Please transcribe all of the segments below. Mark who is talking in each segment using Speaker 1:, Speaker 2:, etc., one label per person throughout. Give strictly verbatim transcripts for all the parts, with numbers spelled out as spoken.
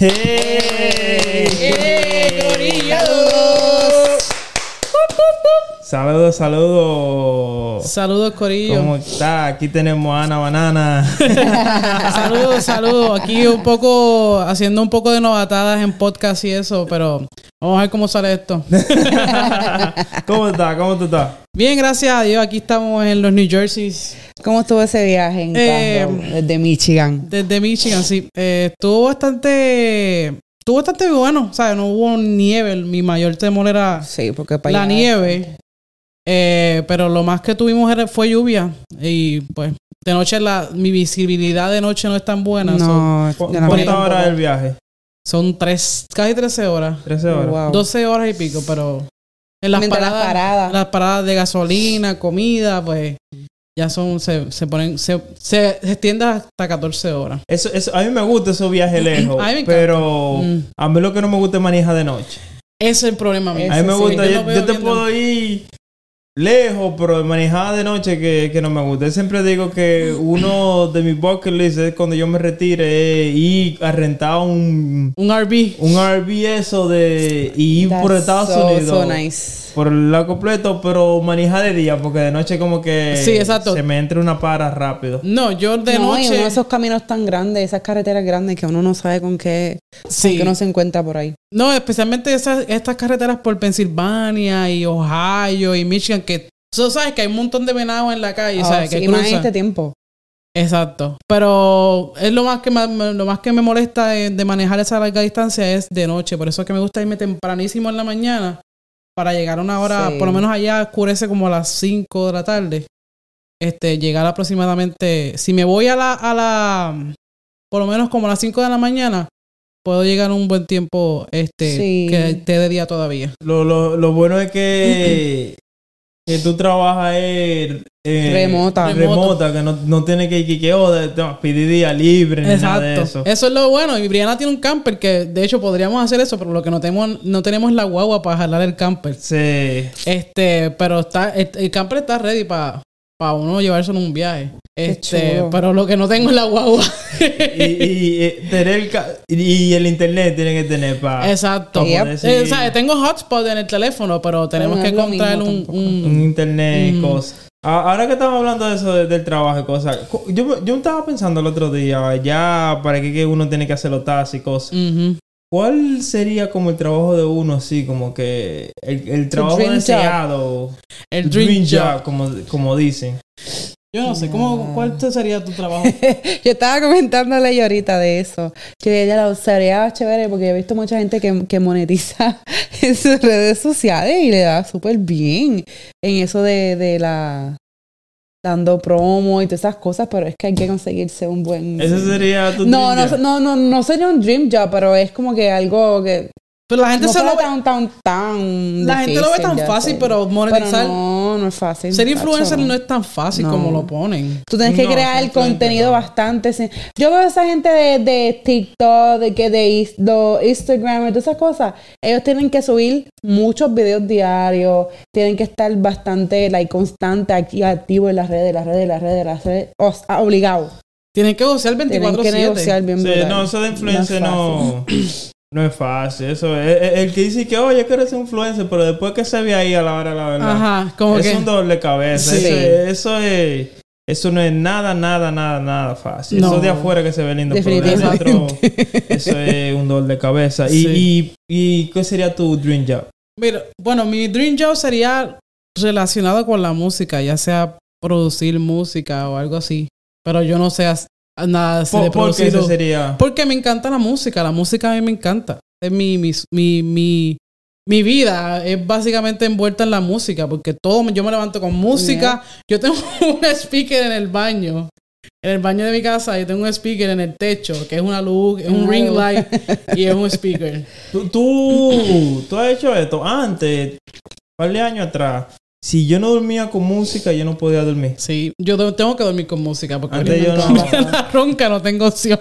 Speaker 1: ¡Hey!
Speaker 2: ¡Hey, corillo!
Speaker 1: Saludos, saludos.
Speaker 2: Saludos, corillo.
Speaker 1: ¿Cómo está? Aquí tenemos a Ana Banana.
Speaker 2: Saludos, saludos. Aquí un poco, haciendo un poco de novatadas en podcast y eso, pero vamos a ver cómo sale esto.
Speaker 1: ¿Cómo está? ¿Cómo tú estás?
Speaker 2: Bien, gracias a Dios. Aquí estamos en los New Jerseys.
Speaker 3: ¿Cómo estuvo ese viaje en
Speaker 2: Eh,
Speaker 3: carro desde Michigan?
Speaker 2: Desde Michigan, sí. Eh, estuvo bastante... Estuvo bastante bueno. O sea, no hubo nieve. Mi mayor temor era
Speaker 3: Sí, porque para
Speaker 2: la
Speaker 3: allá-
Speaker 2: nieve. Eh, pero lo más que tuvimos era, fue lluvia. Y pues, de noche la, mi visibilidad de noche no es tan buena.
Speaker 3: No,
Speaker 1: ¿Cu-
Speaker 3: yo no
Speaker 1: ¿Cuántas
Speaker 3: me-
Speaker 1: horas del viaje?
Speaker 2: Son tres, casi trece horas.
Speaker 1: trece horas.
Speaker 3: Wow.
Speaker 2: doce horas y pico, pero en las
Speaker 3: Mientras las
Speaker 2: paradas,
Speaker 3: paradas.
Speaker 2: las paradas de gasolina, comida, pues ya son, se, se ponen, se, se, se extiende hasta catorce horas.
Speaker 1: Eso, eso, a mí me gusta esos viajes lejos,
Speaker 2: A mí me encanta.
Speaker 1: pero
Speaker 2: Mm.
Speaker 1: a mí lo que no me gusta es manejar de noche.
Speaker 2: Ese es el problema mío.
Speaker 3: Ese
Speaker 1: A mí me
Speaker 3: sí.
Speaker 1: gusta,
Speaker 2: Yo
Speaker 1: yo,
Speaker 2: no veo
Speaker 1: yo te
Speaker 2: bien
Speaker 1: puedo ir lejos, pero manejar de noche que, que no me gusta. Yo siempre digo que uno de mis bucket list es cuando yo me retire es ir a rentar un,
Speaker 2: Un R V.
Speaker 1: un R V eso de y ir por
Speaker 3: That's
Speaker 1: Estados
Speaker 3: so,
Speaker 1: Unidos.
Speaker 3: so nice.
Speaker 1: Por el lado completo, pero manejar de día, porque de noche como que
Speaker 2: Sí, exacto.
Speaker 1: se me entra una para rápido.
Speaker 2: No, yo de
Speaker 3: no, y uno de
Speaker 2: noche.
Speaker 3: esos caminos tan grandes, esas carreteras grandes que uno no sabe con qué,
Speaker 2: Sí.
Speaker 3: con qué uno se encuentra por ahí.
Speaker 2: No, especialmente esas, estas carreteras por Pensilvania y Ohio y Michigan, que tú sabes que hay un montón de venados en la calle,
Speaker 3: Oh,
Speaker 2: ¿sabes?
Speaker 3: sí,
Speaker 2: Que
Speaker 3: y más en
Speaker 2: cruzan.
Speaker 3: este tiempo.
Speaker 2: Exacto. Pero es lo más que me, lo más que me molesta de, de manejar esa larga distancia es de noche. Por eso es que me gusta irme tempranísimo en la mañana para llegar a una hora,
Speaker 3: Sí.
Speaker 2: por lo menos allá oscurece como a las cinco de la tarde. Este, llegar aproximadamente, si me voy a la, a la, por lo menos como a las cinco de la mañana, puedo llegar a un buen tiempo, este,
Speaker 3: Sí.
Speaker 2: que esté de día todavía.
Speaker 1: Lo, lo, lo bueno es que, que tú trabajas eh, eh,
Speaker 3: Remota.
Speaker 1: remota, que no, no tienes que ir que oh, de- de- pedir día libre ni nada de eso.
Speaker 2: Exacto. Eso es lo bueno. Y Brianna tiene un camper que, de hecho, podríamos hacer eso, pero lo que no tenemos, no tenemos la guagua para jalar el camper.
Speaker 1: Sí.
Speaker 2: Este, pero está, el, el camper está ready para pa uno llevarse en un viaje. Este,
Speaker 3: chulo.
Speaker 2: pero lo que no tengo es la guagua.
Speaker 1: y, y, y tener el ca- y el internet tiene que tener para
Speaker 2: Exacto.
Speaker 3: Yep.
Speaker 2: Eh, o sea, tengo hotspot en el teléfono, pero tenemos
Speaker 3: no es
Speaker 2: que
Speaker 3: lo
Speaker 2: comprar
Speaker 3: mismo
Speaker 2: un,
Speaker 3: tampoco.
Speaker 2: un-
Speaker 1: un internet y
Speaker 2: Mm.
Speaker 1: cosas. A- Ahora que estamos hablando de eso de- del trabajo y cosas, cu- yo, yo estaba pensando el otro día, ya para que, que uno tiene que hacer los taxis y cosas.
Speaker 2: Ujú.
Speaker 1: ¿Cuál sería como el trabajo de uno así, como que el, el trabajo
Speaker 3: dream
Speaker 1: deseado?
Speaker 2: El dream job.
Speaker 1: como, como dicen.
Speaker 2: Yo no sé, ¿cómo, ¿cuál te sería tu trabajo?
Speaker 3: Yo estaba comentándole yo ahorita de eso. Que ella lo sería chévere porque he visto mucha gente que, que monetiza en sus redes sociales y le da súper bien en eso de, de la dando promo y todas esas cosas, pero es que hay que conseguirse un buen...
Speaker 1: Ese sería tu
Speaker 3: No,
Speaker 1: dream
Speaker 3: no,
Speaker 1: job?
Speaker 3: no, no, no sería un dream job, pero es como que algo que
Speaker 2: Pero la gente
Speaker 3: no
Speaker 2: se lo
Speaker 3: fuera
Speaker 2: ve,
Speaker 3: tan, tan, tan
Speaker 2: la gente lo ve
Speaker 3: difícil
Speaker 2: tan
Speaker 3: de
Speaker 2: fácil,
Speaker 3: hacer.
Speaker 2: pero monetizar,
Speaker 3: Pero no, no es fácil.
Speaker 2: ser influencer
Speaker 3: tacho.
Speaker 2: no es tan fácil
Speaker 3: No.
Speaker 2: como lo ponen.
Speaker 3: Tú tienes que
Speaker 1: No,
Speaker 3: crear el
Speaker 1: simplemente
Speaker 3: contenido
Speaker 1: no.
Speaker 3: bastante. sen- Yo veo a esa gente de, de TikTok, de que de, is- de Instagram y todas esas cosas. Ellos tienen que subir muchos videos diarios. Tienen que estar bastante like, constante aquí activo en las redes, las redes, las redes, las redes. O sea, obligado.
Speaker 2: Tienen que negociar
Speaker 3: Tienen
Speaker 2: veinticuatro
Speaker 3: que
Speaker 2: siete.
Speaker 3: negociar bien
Speaker 1: Sí,
Speaker 3: brutal.
Speaker 1: no, eso de influencer
Speaker 3: es
Speaker 1: no, no es fácil. Eso es, el, el que dice que, oye, yo quiero ser influencer, pero después que se ve ahí a la hora, la verdad.
Speaker 2: Ajá, como
Speaker 1: es
Speaker 2: que...
Speaker 1: un doble cabeza.
Speaker 3: Sí.
Speaker 1: Eso, es, eso es. Eso no es nada, nada, nada, nada fácil.
Speaker 2: No.
Speaker 1: Eso de afuera que se ve lindo, pero de
Speaker 3: Definitivamente.
Speaker 1: adentro, eso es un doble cabeza. Y,
Speaker 2: Sí.
Speaker 1: y, y ¿qué sería tu dream job?
Speaker 2: Mira, bueno, mi dream job sería relacionado con la música, ya sea producir música o algo así. Pero yo no sé as- nada así de
Speaker 1: ¿Por, ¿por qué
Speaker 2: producir.
Speaker 1: ese sería?
Speaker 2: Porque me encanta la música. La música a mí me encanta. Es mi, mi, mi, mi, mi vida es básicamente envuelta en la música. Porque todo, yo me levanto con música. Yo tengo un speaker en el baño. En el baño de mi casa yo tengo un speaker en el techo, que es una luz, es un
Speaker 3: Una
Speaker 2: ring
Speaker 3: luz.
Speaker 2: light y es un speaker.
Speaker 1: ¿Tú, tú, tú has hecho esto antes, un par de años atrás. Si yo no dormía con música, yo no podía dormir.
Speaker 2: Sí, yo te- tengo que dormir con música porque
Speaker 1: Antes yo no.
Speaker 2: Brianna ronca, no tengo opción.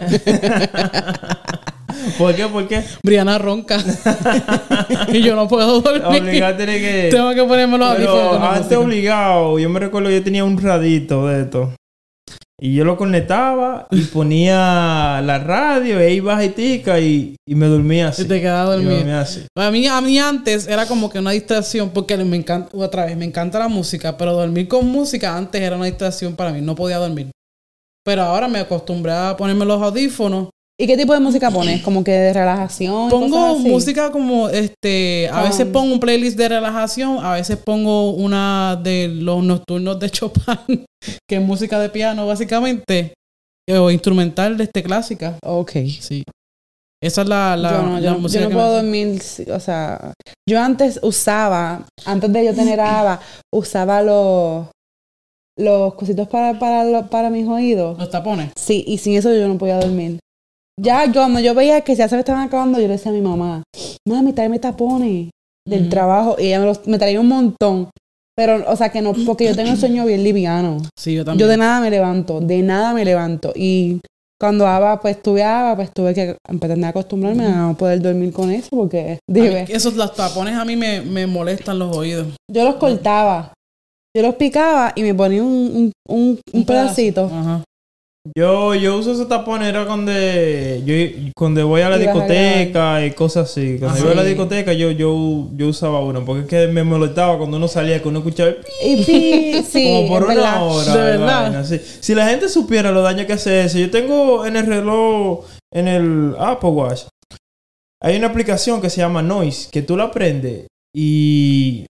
Speaker 1: ¿Por qué? ¿Por qué?
Speaker 2: Brianna ronca. Y yo no puedo dormir.
Speaker 1: Obligado tiene que...
Speaker 2: Tengo que ponerme los audífonos
Speaker 1: Pero
Speaker 2: con la
Speaker 1: antes
Speaker 2: música.
Speaker 1: obligado, yo me recuerdo que yo tenía un radito de esto. Y yo lo conectaba y ponía la radio e iba bajitica y, y me dormía así.
Speaker 2: Y te quedaba
Speaker 1: Y me
Speaker 2: dormido.
Speaker 1: dormía así.
Speaker 2: A mí, a mí antes era como que una distracción, porque me encanta, otra vez, me encanta la música, pero dormir con música antes era una distracción para mí, no podía dormir. Pero ahora me acostumbré a ponerme los audífonos.
Speaker 3: ¿Y qué tipo de música pones? ¿Como que de relajación? y
Speaker 2: Pongo
Speaker 3: cosas así?
Speaker 2: música como, este, a
Speaker 3: Um.
Speaker 2: veces pongo un playlist de relajación, a veces pongo una de los nocturnos de Chopin, que es música de piano básicamente, o instrumental de este clásica.
Speaker 3: Ok.
Speaker 2: Sí. Esa es la, la,
Speaker 3: yo no,
Speaker 2: la
Speaker 3: yo,
Speaker 2: música
Speaker 3: yo no
Speaker 2: que
Speaker 3: puedo
Speaker 2: me-
Speaker 3: dormir, o sea, yo antes usaba, antes de yo tener a Ava, usaba los, los cositos para, para, los- para mis oídos.
Speaker 2: Los tapones.
Speaker 3: Sí, y sin eso yo no podía dormir. Ya yo, cuando yo veía que ya se me estaban acabando, yo le decía a mi mamá, mami, tráeme tapones del
Speaker 2: Ujú.
Speaker 3: trabajo. Y ella me, los, me traía un montón. Pero, o sea, que no, porque yo tengo el sueño bien liviano.
Speaker 2: Sí, yo también.
Speaker 3: Yo de nada me levanto, de nada me levanto. Y cuando Ava, pues tuve a Ava, pues tuve que empezar a acostumbrarme a no poder dormir con eso, porque,
Speaker 2: A mí,
Speaker 3: dime,
Speaker 2: esos los tapones a mí me, me molestan los oídos.
Speaker 3: yo los cortaba. Yo los picaba y me ponía un, un, un, un pedacito.
Speaker 2: Ajá.
Speaker 1: Yo, yo uso esos tapones era cuando yo cuando voy a la
Speaker 3: Ibas a
Speaker 1: discoteca y cosas así. Cuando
Speaker 2: Ah,
Speaker 1: iba a la
Speaker 3: sí.
Speaker 1: discoteca yo, yo, yo usaba uno. Porque es que me molestaba cuando uno salía, que uno escuchaba el pi,
Speaker 3: Y sí, sí,
Speaker 1: como por
Speaker 3: es
Speaker 1: una
Speaker 3: verdad.
Speaker 1: hora.
Speaker 2: De
Speaker 1: y
Speaker 2: verdad.
Speaker 1: vaina, así. Si la gente supiera los daños que hace eso. Yo tengo en el reloj, en el Apple Watch, hay una aplicación que se llama Noise, que tú la prendes y...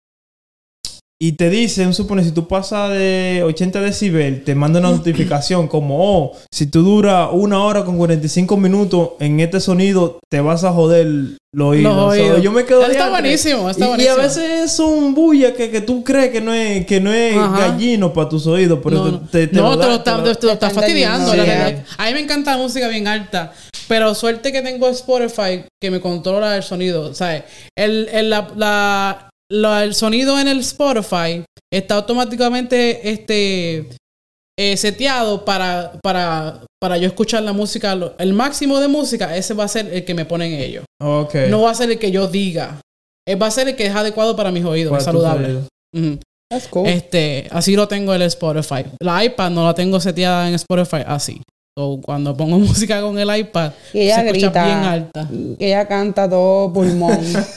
Speaker 1: Y te dicen, supone, si tú pasas de ochenta decibel, te manda una notificación como, oh, si tú duras una hora con cuarenta y cinco minutos en este sonido, te vas a joder los oídos.
Speaker 2: Los
Speaker 1: O sea,
Speaker 2: oídos.
Speaker 1: yo me quedo
Speaker 2: Está
Speaker 1: diantre.
Speaker 2: buenísimo, está
Speaker 1: y,
Speaker 2: buenísimo.
Speaker 1: Y a veces es un bulla que, que tú crees que no es, que no es
Speaker 2: Ajá.
Speaker 1: gallino para tus oídos, pero
Speaker 2: No,
Speaker 1: te,
Speaker 2: no.
Speaker 1: te, te
Speaker 2: No,
Speaker 1: lo
Speaker 2: te lo
Speaker 1: da-
Speaker 2: está,
Speaker 1: te
Speaker 2: te
Speaker 1: lo-
Speaker 2: lo está
Speaker 3: están
Speaker 2: fastidiando.
Speaker 3: dañando,
Speaker 2: la
Speaker 1: sí.
Speaker 2: realidad. A mí me encanta la música bien alta, pero suerte que tengo Spotify que me controla el sonido. ¿Sabes? El, el, la, la, la- el sonido en el Spotify está automáticamente este, eh, seteado para, para, para yo escuchar la música. Lo- El máximo de música, ese va a ser el que me ponen ellos.
Speaker 1: Ok.
Speaker 2: No va a ser el que yo diga. Él va a ser el que es adecuado para mis oídos,
Speaker 1: Para
Speaker 2: es
Speaker 1: tus
Speaker 2: saludable.
Speaker 1: oídos.
Speaker 2: Ujú.
Speaker 3: That's cool.
Speaker 2: Este, así lo tengo el Spotify. La iPad no la tengo seteada en Spotify así. So, cuando pongo música con el iPad,
Speaker 3: Y ella
Speaker 2: se escucha
Speaker 3: grita.
Speaker 2: bien alta.
Speaker 3: Ella canta todo pulmón.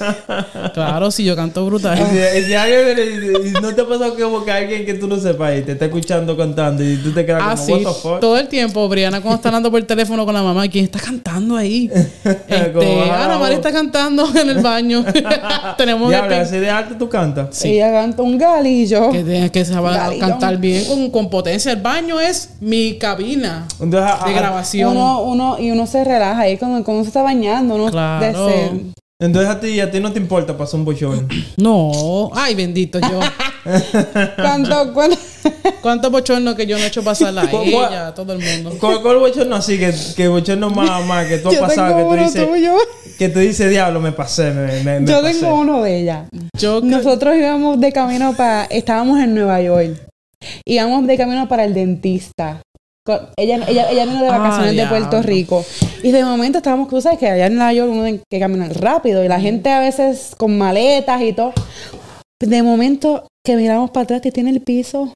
Speaker 2: Claro, si yo canto
Speaker 1: Y
Speaker 2: brutal.
Speaker 1: si- y si alguien- y no te ha pasado que como que alguien que tú no sepas y te está escuchando cantando y tú te quedas como,
Speaker 2: Así,
Speaker 1: what the fuck?
Speaker 2: todo el tiempo, Brianna cuando está hablando por teléfono con la mamá, ¿quién está cantando ahí? Este,
Speaker 1: Como, ah,
Speaker 2: Ana María está cantando en el baño. Tenemos un
Speaker 1: Diablo,
Speaker 2: espe-
Speaker 1: así de alto tú cantas.
Speaker 2: Sí.
Speaker 3: Ella canta un galillo.
Speaker 2: que, tiene que saber
Speaker 3: Galillón.
Speaker 2: cantar bien con, con potencia. El baño es mi cabina
Speaker 1: Entonces, a-
Speaker 2: de
Speaker 1: a-
Speaker 2: grabación.
Speaker 3: Uno, uno, y uno se relaja ahí cuando, cuando uno se está bañando. Uno
Speaker 2: Claro.
Speaker 3: desea-
Speaker 1: entonces a ti, a ti no te importa pasar un bochón.
Speaker 2: No, ay bendito yo.
Speaker 3: ¿Cuánto, cuánto?
Speaker 2: ¿Cuántos bochornos que yo no he hecho pasar a
Speaker 1: ¿Cuál-
Speaker 2: ella, a todo el mundo?
Speaker 1: ¿Cuál, cuál bochorno así que, que bochorno más, más que tú has
Speaker 3: Yo
Speaker 1: pasado
Speaker 3: tengo
Speaker 1: que tú
Speaker 3: uno
Speaker 1: dices
Speaker 3: tuyo.
Speaker 1: que tú dices diablo me pasé me, me, me
Speaker 3: Yo
Speaker 1: pasé"?
Speaker 3: tengo uno de ella.
Speaker 2: Yo que-
Speaker 3: Nosotros íbamos de camino para... Estábamos en Nueva York. Íbamos de camino para el dentista. Co- Ella, ella, ella vino de
Speaker 2: Ah,
Speaker 3: vacaciones de
Speaker 2: diablo.
Speaker 3: Puerto Rico. Y de momento estábamos... Tú sabes que allá en Nueva York uno tiene que caminar rápido. Y la gente a veces con maletas y todo. De momento que miramos para atrás que tiene el piso.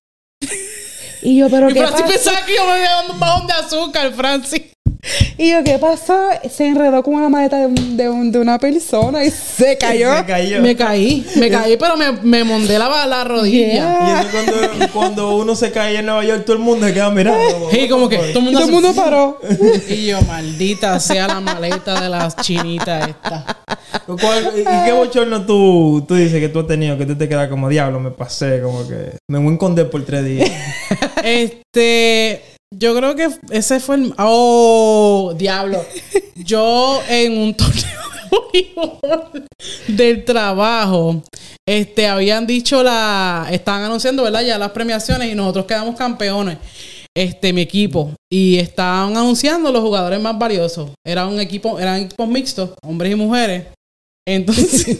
Speaker 3: Y yo, ¿pero
Speaker 2: y
Speaker 3: qué
Speaker 2: Francis
Speaker 3: pasó?
Speaker 2: pensaba que yo me había dado un bajón de azúcar, Francis.
Speaker 3: Y yo, ¿qué pasó? Se enredó con una maleta de, un- de, un- de una persona y se cayó.
Speaker 1: Se cayó.
Speaker 2: Me caí, me caí, pero me, me mondé la, la rodilla.
Speaker 1: Y
Speaker 3: Yeah.
Speaker 1: eso cuando, cuando uno se cae en Nueva York, todo el mundo se queda mirando.
Speaker 2: Y como que todo el
Speaker 3: Y
Speaker 2: mundo,
Speaker 3: todo el mundo paró.
Speaker 2: Y yo, maldita sea la maleta de las chinitas esta.
Speaker 1: ¿Cuál- ¿Y y qué bochorno tú, tú dices que tú has tenido? Que tú te quedas como diablo, me pasé, como que me voy a esconder por tres días.
Speaker 2: Este, yo creo que ese fue el... Oh, diablo. Yo en un torneo de voleibol del trabajo, este, habían dicho la... Estaban anunciando, ¿verdad? Ya las premiaciones y nosotros quedamos campeones. Este, mi equipo. Y estaban anunciando los jugadores más valiosos. Era un equipo, eran equipos mixtos, hombres y mujeres. Entonces,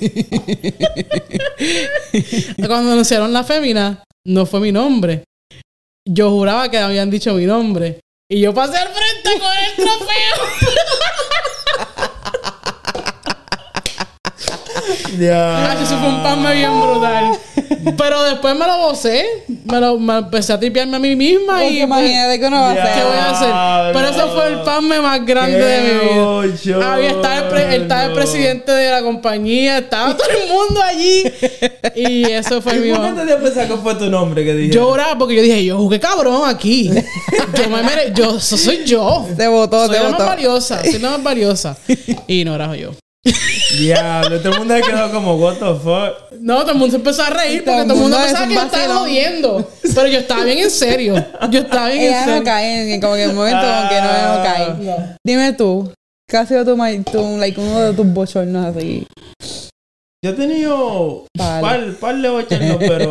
Speaker 2: cuando anunciaron la fémina, no fue mi nombre. Yo juraba que habían dicho mi nombre. Y yo pasé al frente con el trofeo.
Speaker 1: Ya.
Speaker 2: Ah, eso fue un pan bien brutal. Pero después me lo gocé. Me lo me empecé a tripearme a mí misma.
Speaker 3: Porque
Speaker 2: Y
Speaker 3: imagínate que uno va a
Speaker 1: Ya.
Speaker 3: hacer.
Speaker 2: ¿qué voy a hacer? Pero eso fue el pan más grande de mi vida.
Speaker 1: ocho,
Speaker 2: Había estaba el, pre- estaba el
Speaker 1: no.
Speaker 2: presidente de la compañía, estaba todo el mundo allí. Y eso fue mi
Speaker 1: ¿Y por qué te dio a pensar que fue tu nombre que dije?
Speaker 2: Yo oraba porque yo dije, yo jugué cabrón aquí. Yo me mere yo, eso soy yo.
Speaker 3: Se votó,
Speaker 2: Soy
Speaker 3: se
Speaker 2: la más
Speaker 3: votó.
Speaker 2: valiosa, soy la más valiosa. Y no era yo.
Speaker 1: Diablo, todo el mundo se quedó como, what the fuck.
Speaker 2: No, todo el mundo se empezó a reír
Speaker 3: Todo
Speaker 2: porque
Speaker 3: el
Speaker 2: todo el mundo
Speaker 3: mundo es
Speaker 2: pensaba
Speaker 3: un
Speaker 2: que yo estaba
Speaker 3: vacilón.
Speaker 2: jodiendo. Pero yo estaba bien en serio. Yo estaba bien en
Speaker 3: Ella
Speaker 2: serio.
Speaker 3: no cae en como que en el momento como que no, no cae.
Speaker 2: No.
Speaker 3: Dime tú, ¿qué ha sido tu, ma- tu like, uno de tus bochornos así?
Speaker 1: Yo he tenido
Speaker 3: Vale.
Speaker 1: par, par de bochornos, pero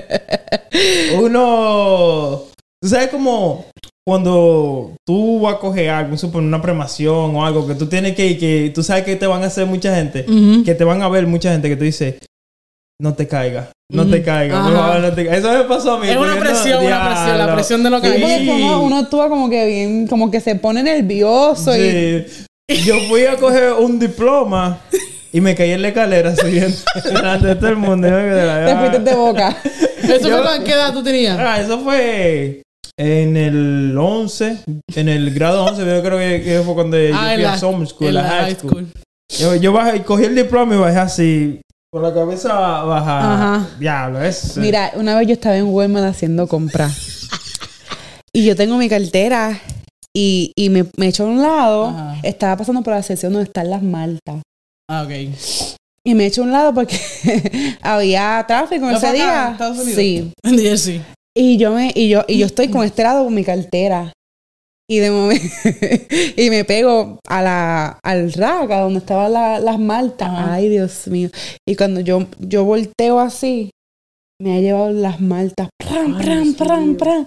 Speaker 1: uno... ¿Tú sabes cómo cuando tú vas a coger algo, supone una premación o algo que tú tienes que ir, que tú sabes que te van a hacer mucha gente,
Speaker 2: Ujú.
Speaker 1: que te van a ver mucha gente que tú dices, no te caigas, no te
Speaker 2: Ujú.
Speaker 1: caigas, por
Speaker 2: Ajá.
Speaker 1: favor, no te caigas. Eso me pasó a mí.
Speaker 2: Es una
Speaker 1: porque no,
Speaker 2: presión, una presión, la
Speaker 1: diablo.
Speaker 2: presión de lo que
Speaker 3: Sí,
Speaker 2: hay.
Speaker 3: porque uno, uno actúa como que bien, como que se pone nervioso y
Speaker 1: Sí. Yo fui a coger un diploma y me caí en la escalera subiendo delante de todo el mundo. Yo me quedé la-
Speaker 3: te fuiste de boca.
Speaker 2: ¿Eso
Speaker 1: Yo-
Speaker 2: fue con qué edad tú tenías?
Speaker 1: Ah, eso fue en el once, en el grado once. Yo creo que, que fue cuando yo
Speaker 2: Ah,
Speaker 1: fui
Speaker 2: en
Speaker 1: a
Speaker 2: la,
Speaker 1: summer school,
Speaker 2: en
Speaker 1: a
Speaker 2: la
Speaker 1: high school. Yo, yo bajé, cogí el diploma y bajé así, con la cabeza bajada.
Speaker 2: Ajá.
Speaker 1: Diablo, es...
Speaker 3: Mira, una vez yo estaba en Walmart haciendo compras y yo tengo mi cartera y, y me, me echo a un lado.
Speaker 2: Ajá.
Speaker 3: Estaba pasando por la sección donde están las maltas.
Speaker 2: Ah, ok.
Speaker 3: Y me echo a un lado porque había tráfico
Speaker 2: ¿No
Speaker 3: ese
Speaker 2: fue acá, en
Speaker 3: día.
Speaker 2: Estados Unidos?
Speaker 3: Sí.
Speaker 2: En Jersey.
Speaker 3: Y yo me, y yo, y yo estoy con este lado con mi cartera. Y de momento, y me pego a la, al rack, a donde estaban la- las maltas.
Speaker 2: Ajá.
Speaker 3: Ay, Dios mío. Y cuando yo, yo volteo así, me ha llevado las maltas. ¡Pram,
Speaker 2: Ay,
Speaker 3: pram,
Speaker 2: Dios
Speaker 3: pram,
Speaker 2: mío.
Speaker 3: pram!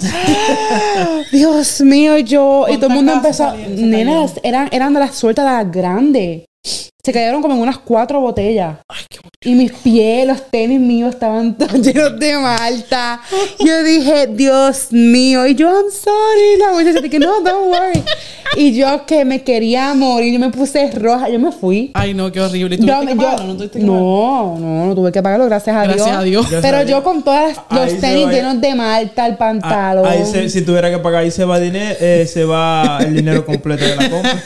Speaker 3: Dios mío, yo. Y todo el mundo
Speaker 2: ¿Cuántas
Speaker 3: empezó.
Speaker 2: casas salieron? Se
Speaker 3: Nenas,
Speaker 2: cayeron.
Speaker 3: eran, eran de las sueltas de las grandes. Se cayeron como en unas cuatro botellas.
Speaker 2: Ay, qué
Speaker 3: Y mis pies, los tenis míos estaban todos llenos de malta. Yo dije, Dios mío. Y yo, I'm sorry. La muchacha dije, no, don't worry. Y yo que me quería morir. Yo me puse roja. Yo me fui.
Speaker 2: Ay, no, qué horrible. ¿Y
Speaker 3: Yo,
Speaker 2: tuviste que
Speaker 3: yo-
Speaker 2: pagarlo? ¿No tuviste que pagarlo?
Speaker 3: no, no, no tuve que pagarlo, gracias a
Speaker 2: Gracias
Speaker 3: Dios.
Speaker 2: a Dios.
Speaker 1: Gracias
Speaker 3: Pero
Speaker 1: a
Speaker 3: yo
Speaker 1: Dios.
Speaker 3: con todos
Speaker 1: Ahí
Speaker 3: los
Speaker 1: se
Speaker 3: tenis
Speaker 1: va-
Speaker 3: llenos de malta, el pantalón.
Speaker 1: Ah, ahí se- si tuviera que pagar, ahí se va, dinero, eh, se va el dinero completo de la compra.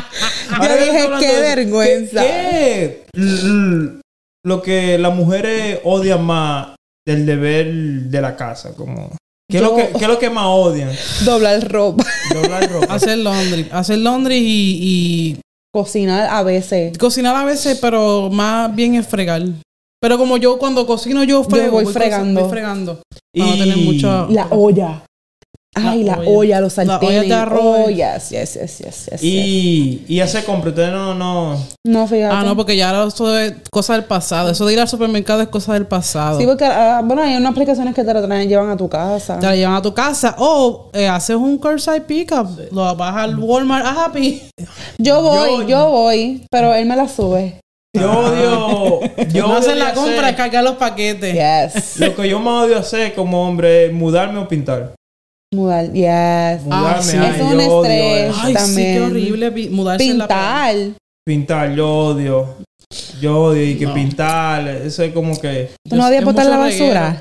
Speaker 1: Ahora que
Speaker 3: dije,
Speaker 1: estoy hablando
Speaker 3: qué
Speaker 1: de eso,
Speaker 3: vergüenza.
Speaker 1: ¿Qué, qué l- lo que las mujeres odian más del deber de la casa? Como, ¿qué, es lo
Speaker 3: Yo-
Speaker 1: que, ¿Qué es lo que más odian?
Speaker 3: Doblar ropa.
Speaker 1: Doblar ropa.
Speaker 2: Hacer laundry. Hacer laundry y, y
Speaker 3: Cocinar a veces.
Speaker 2: cocinar a veces, pero más bien es fregar. Pero como yo cuando cocino yo frego.
Speaker 3: voy
Speaker 2: co-
Speaker 3: fregando.
Speaker 2: Voy fregando. Para no tener mucho...
Speaker 3: La olla. Ay, la,
Speaker 2: La
Speaker 3: olla.
Speaker 2: olla.
Speaker 3: los
Speaker 2: La olla
Speaker 3: sartenes.
Speaker 2: de arroz.
Speaker 3: Oh, yes, yes, yes, yes, yes, yes.
Speaker 1: Y, y hacer compra. Ustedes no, no.
Speaker 3: No, fíjate.
Speaker 2: Ah, no, porque ya ahora eso es cosa del pasado. Eso de ir al supermercado es cosa del pasado.
Speaker 3: Sí, porque, ah, bueno, hay unas aplicaciones que te lo traen, llevan a tu casa.
Speaker 2: Te la llevan a tu casa o eh, haces un curbside pickup. Lo vas al Walmart a Happy.
Speaker 3: Yo voy,
Speaker 1: Yo-
Speaker 3: yo, voy, pero él me la sube.
Speaker 1: Yo odio. Yo
Speaker 2: no
Speaker 1: odio
Speaker 2: hacer la
Speaker 1: hacer-
Speaker 2: compra, es cargar los paquetes.
Speaker 3: Yes.
Speaker 1: Lo que yo más odio hacer como hombre es mudarme o pintar.
Speaker 3: Mudar, yes.
Speaker 1: Mudarme,
Speaker 2: sí.
Speaker 1: ay,
Speaker 3: Es
Speaker 1: yo
Speaker 3: un
Speaker 1: odio
Speaker 3: estrés.
Speaker 1: eso.
Speaker 2: Ay, sí,
Speaker 3: También.
Speaker 2: qué horrible pi- mudarse en la
Speaker 3: Pintar.
Speaker 1: Pintar, yo odio. Yo odio y que
Speaker 2: No.
Speaker 1: pintar, eso es como que...
Speaker 3: ¿Tú no odias
Speaker 2: Es
Speaker 3: botar
Speaker 2: mucho
Speaker 3: la
Speaker 2: reguero.
Speaker 3: basura?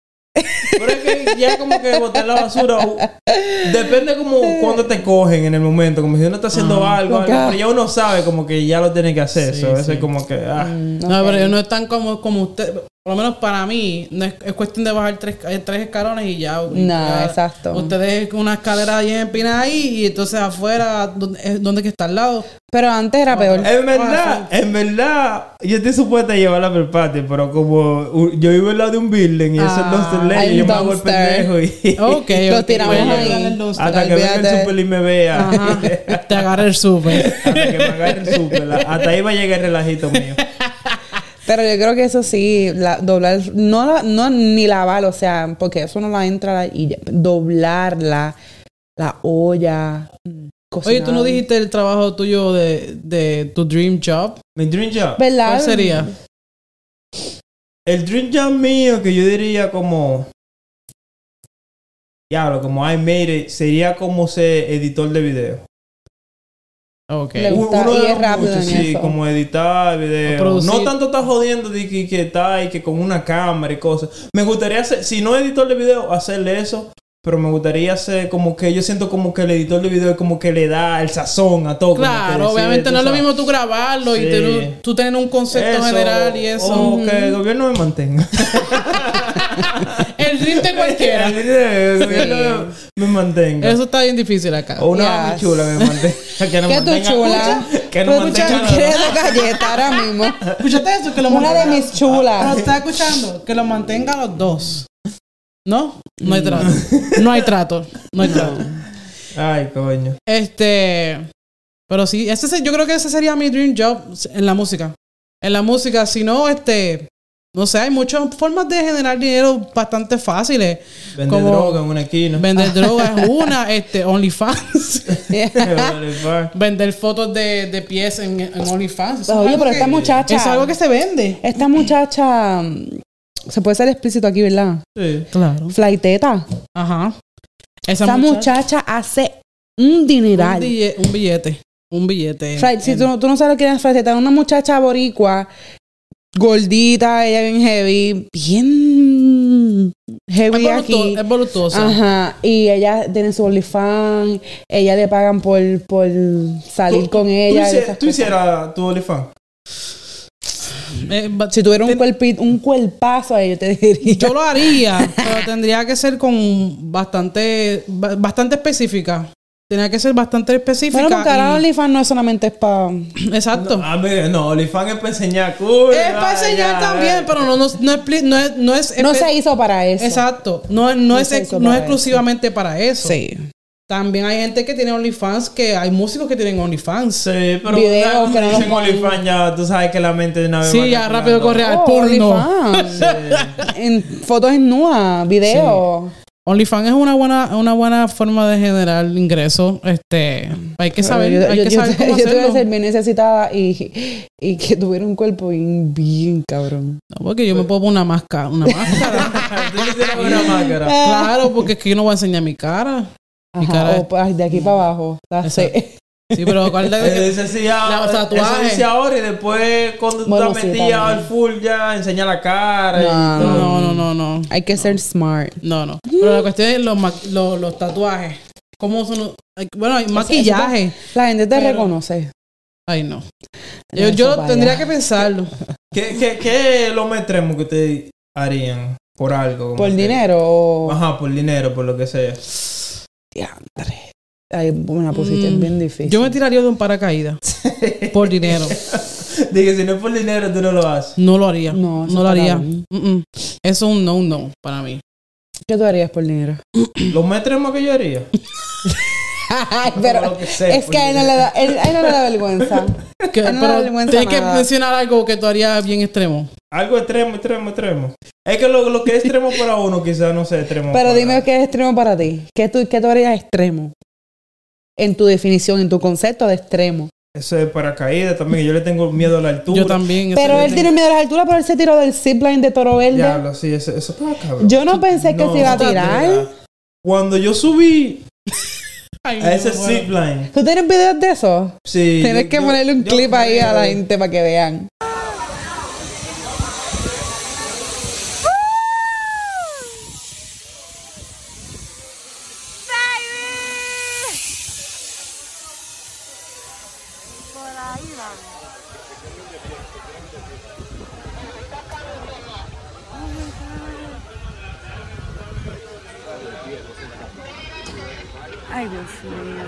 Speaker 1: Pero es que ya como que botar la basura, u- depende como cuando te cogen en el momento, como si uno está haciendo
Speaker 2: Ah.
Speaker 1: algo,
Speaker 3: Ok.
Speaker 1: algo, pero ya uno sabe como que ya lo tiene que hacer,
Speaker 2: Sí,
Speaker 1: eso, eso
Speaker 2: sí.
Speaker 1: es como que... ah.
Speaker 3: Mm,
Speaker 2: No,
Speaker 3: ok.
Speaker 2: pero no es tan como, como usted. Por lo menos para mí, no es, es cuestión de bajar tres, eh, tres escalones y ya. y
Speaker 3: No,
Speaker 2: ya
Speaker 3: exacto.
Speaker 2: Ustedes con una escalera bien empinada ahí y entonces afuera, donde, es donde que está al lado.
Speaker 3: Pero antes era peor.
Speaker 1: En verdad, en verdad, yo estoy supuesta a llevarla por patio, pero como u- yo vivo al lado de un building y eso
Speaker 3: Ah,
Speaker 1: no se lee,
Speaker 3: hay
Speaker 1: yo
Speaker 3: un
Speaker 1: me hago el
Speaker 3: dumpster.
Speaker 1: pendejo y...
Speaker 2: Ok,
Speaker 3: Lo
Speaker 2: ok.
Speaker 3: tiramos
Speaker 2: Pues,
Speaker 3: ahí.
Speaker 2: ya el dumpster.
Speaker 1: hasta que venga el
Speaker 3: Olvídate.
Speaker 1: super y me vea.
Speaker 2: Ajá. Te agarra el súper.
Speaker 1: Hasta que me agarre el super. la- Hasta ahí va a llegar el relajito mío.
Speaker 3: Pero yo creo que eso sí, la, doblar, no, la- no ni lavar, o sea, porque eso no la entra y ya, doblarla, la olla, mm,
Speaker 2: Oye, ¿tú no
Speaker 3: cocinar.
Speaker 2: dijiste el trabajo tuyo de, de tu dream job?
Speaker 1: Mi dream job.
Speaker 3: ¿Verdad?
Speaker 2: ¿Cuál sería?
Speaker 1: El dream job mío, que yo diría como... Diablo, como I made it, sería como ser editor de video.
Speaker 2: Okay.
Speaker 3: Le gusta
Speaker 1: Uno
Speaker 3: y
Speaker 1: de
Speaker 3: es
Speaker 1: los
Speaker 3: rápido
Speaker 1: muchos,
Speaker 3: en
Speaker 1: sí,
Speaker 3: eso.
Speaker 1: como editar videos.
Speaker 2: Producir.
Speaker 1: No tanto está jodiendo de que, que está y que con una cámara y cosas. Me gustaría hacer, si no editor de video, hacerle eso. Pero me gustaría hacer como que yo siento como que el editor de video es como que le da el sazón a todo.
Speaker 2: Claro, obviamente no es lo mismo tú grabarlo
Speaker 1: Sí.
Speaker 2: y tú, tú tener un concepto
Speaker 1: Eso,
Speaker 2: general y eso.
Speaker 1: O que el gobierno me mantenga.
Speaker 2: El ritmo de cualquiera.
Speaker 1: El gobierno me mantenga.
Speaker 2: Eso está bien difícil acá.
Speaker 1: O una
Speaker 3: Yes.
Speaker 1: mami chula que me mantenga. Que no
Speaker 3: ¿Qué tú
Speaker 1: mantenga-
Speaker 3: chula?
Speaker 1: Que no
Speaker 3: Pues,
Speaker 1: mantenga
Speaker 3: tú quieres
Speaker 1: nada.
Speaker 3: dos galletas ahora mismo.
Speaker 2: Escúchate eso, que lo
Speaker 3: Una de
Speaker 2: mantenga-
Speaker 3: mis chulas.
Speaker 2: Pero estás escuchando, que lo mantenga los dos. ¿No? No hay trato. No hay trato. No hay trato.
Speaker 1: Ay, coño.
Speaker 2: Este. Pero sí, ese se- yo creo que ese sería mi dream job en la música. En la música, si no, este. No sé, hay muchas formas de generar dinero bastante fáciles.
Speaker 1: Vender
Speaker 2: Como
Speaker 1: droga en una esquina.
Speaker 2: Vender droga es una, este, OnlyFans. Vender fotos de, de pies en, en OnlyFans. Eso es
Speaker 3: Oye,
Speaker 2: algo
Speaker 3: pero
Speaker 2: que-
Speaker 3: esta muchacha.
Speaker 2: Eso es algo que se vende.
Speaker 3: Esta muchacha. mm, Se puede ser explícito aquí, ¿verdad?
Speaker 1: Sí.
Speaker 2: Claro.
Speaker 3: Flaiteta.
Speaker 2: Ajá. Esa,
Speaker 3: Esa muchacha, hace un dineral.
Speaker 2: Un billete. Un billete. Un billete.
Speaker 3: Flight, si
Speaker 2: En-
Speaker 3: tú, no- tú no sabes lo que es Flaiteta, una muchacha boricua, gordita, ella bien heavy, bien heavy
Speaker 2: es,
Speaker 3: aquí.
Speaker 2: voluptuosa, es voluptuosa.
Speaker 3: Ajá, y ella tiene su OnlyFans, ella le pagan por, por salir
Speaker 1: Tú-
Speaker 3: con
Speaker 1: tú
Speaker 3: ella.
Speaker 1: hici-
Speaker 3: de esas
Speaker 1: ¿Tú
Speaker 3: cosas.
Speaker 1: hicieras tu OnlyFans?
Speaker 2: Eh, ba-
Speaker 3: Si tuviera un, cuerpi- un cuerpazo ahí, yo te diría.
Speaker 2: Yo lo haría, pero tendría que ser con bastante, ba- bastante específica. Tenía que ser bastante específica.
Speaker 3: Bueno, porque ahora
Speaker 2: y-
Speaker 3: OnlyFans no es solamente es para...
Speaker 2: Exacto.
Speaker 1: No, a mí, no, OnlyFans es para enseñar culo.
Speaker 2: es para enseñar también, pero no, no, no, es, pli- no es, no es
Speaker 3: No
Speaker 2: espe-
Speaker 3: se hizo para eso.
Speaker 2: Exacto. No, no,
Speaker 3: No
Speaker 2: es,
Speaker 3: se
Speaker 2: ex-
Speaker 3: hizo
Speaker 2: no es
Speaker 3: para
Speaker 2: exclusivamente para eso.
Speaker 3: Sí.
Speaker 2: También hay gente que tiene OnlyFans, que hay músicos que tienen OnlyFans.
Speaker 1: Sí, pero
Speaker 3: Videos
Speaker 1: cuando
Speaker 3: que no
Speaker 1: dicen
Speaker 3: los ponen.
Speaker 1: OnlyFans ya tú sabes que la mente de una vez
Speaker 2: Sí,
Speaker 1: va
Speaker 2: ya
Speaker 1: calculando.
Speaker 2: rápido corre al
Speaker 3: Oh,
Speaker 2: porno.
Speaker 3: OnlyFans. En fotos en nua, video.
Speaker 2: OnlyFans es una buena, una buena forma de generar ingresos. Este, hay que saber,
Speaker 3: Yo,
Speaker 2: hay
Speaker 3: yo,
Speaker 2: que
Speaker 3: yo,
Speaker 2: saber cómo
Speaker 3: yo tuve que
Speaker 2: hacerlo.
Speaker 3: ser bien necesitada y, y que tuviera un cuerpo bien, bien cabrón.
Speaker 2: No, porque yo me puedo poner una máscara, una máscara.
Speaker 1: Tú quisieras una máscara.
Speaker 2: Claro, porque es que yo no voy a enseñar mi cara. Mi
Speaker 3: Ajá,
Speaker 2: cara es-
Speaker 3: o pues, de aquí para abajo. That's
Speaker 2: Exacto.
Speaker 3: it.
Speaker 2: Sí, pero ¿cuál
Speaker 1: Eh,
Speaker 2: de
Speaker 1: Eso sí, ahora,
Speaker 2: Los tatuajes.
Speaker 1: eso dice ahora y después cuando tú
Speaker 3: Bueno,
Speaker 1: te
Speaker 3: sí,
Speaker 1: metías
Speaker 3: también.
Speaker 1: al full ya enseñar la cara. y
Speaker 3: No,
Speaker 1: todo.
Speaker 2: No, no, no, no.
Speaker 3: Hay que ser smart.
Speaker 2: No, no. Pero la cuestión es los, ma- los, los tatuajes. ¿Cómo son los- hay- Bueno, hay maquillaje.
Speaker 3: La gente te
Speaker 2: Pero-
Speaker 3: reconoce.
Speaker 2: Ay, no. Yo,
Speaker 3: Eso
Speaker 2: yo
Speaker 3: para
Speaker 2: tendría
Speaker 3: allá.
Speaker 2: que pensarlo.
Speaker 1: ¿Qué, qué, ¿Qué es lo más extremo que ustedes harían por algo? como
Speaker 3: Por
Speaker 1: que-
Speaker 3: dinero o...
Speaker 1: Ajá, por dinero, por lo que sea.
Speaker 3: Diantre. Ay, una posición
Speaker 2: Mm,
Speaker 3: bien difícil.
Speaker 2: Yo me tiraría de un paracaídas. Por dinero.
Speaker 1: Dije, si no es por dinero, tú no lo haces.
Speaker 2: No lo haría.
Speaker 3: No,
Speaker 2: No,
Speaker 3: eso
Speaker 2: lo
Speaker 3: está
Speaker 2: haría.
Speaker 3: cabrón.
Speaker 2: Mm, mm. Eso es un no, no para mí.
Speaker 3: ¿Qué tú harías por dinero?
Speaker 1: Lo más extremo que yo haría.
Speaker 3: Ay,
Speaker 1: Como
Speaker 3: pero
Speaker 1: lo que sea,
Speaker 3: es
Speaker 1: por
Speaker 3: que a él no le da, él- a él no le da vergüenza.
Speaker 2: Que-
Speaker 3: Ay, no me da
Speaker 2: pero
Speaker 3: vergüenza
Speaker 2: tienes que
Speaker 3: nada.
Speaker 2: mencionar algo que tú harías bien extremo.
Speaker 1: Algo extremo, extremo, extremo. Es que lo, lo que es extremo para uno quizás no sea extremo
Speaker 3: Pero
Speaker 1: para...
Speaker 3: dime qué es extremo para ti. ¿Qué tú, qué tú harías extremo? En tu definición, en tu concepto de extremo.
Speaker 1: Eso es paracaídas también. Yo le tengo miedo a la altura.
Speaker 2: Yo también.
Speaker 3: Pero
Speaker 2: eso-
Speaker 3: él tiene miedo a las alturas, pero él se tiró del zipline de Toro Verde.
Speaker 1: Diablo, sí, eso, eso estaba cabrón.
Speaker 3: Yo no pensé que
Speaker 1: No,
Speaker 3: se iba a
Speaker 1: está
Speaker 3: tirar.
Speaker 1: dura. Cuando yo subí
Speaker 2: Ay,
Speaker 1: a ese
Speaker 2: no, bueno.
Speaker 1: zipline,
Speaker 3: ¿Tú tienes videos de eso?
Speaker 1: sí.
Speaker 3: Tienes
Speaker 1: yo-
Speaker 3: que
Speaker 1: yo-
Speaker 3: ponerle un
Speaker 1: yo
Speaker 3: clip ahí a la
Speaker 1: creo-
Speaker 3: gente para que vean. Ay, Dios mío.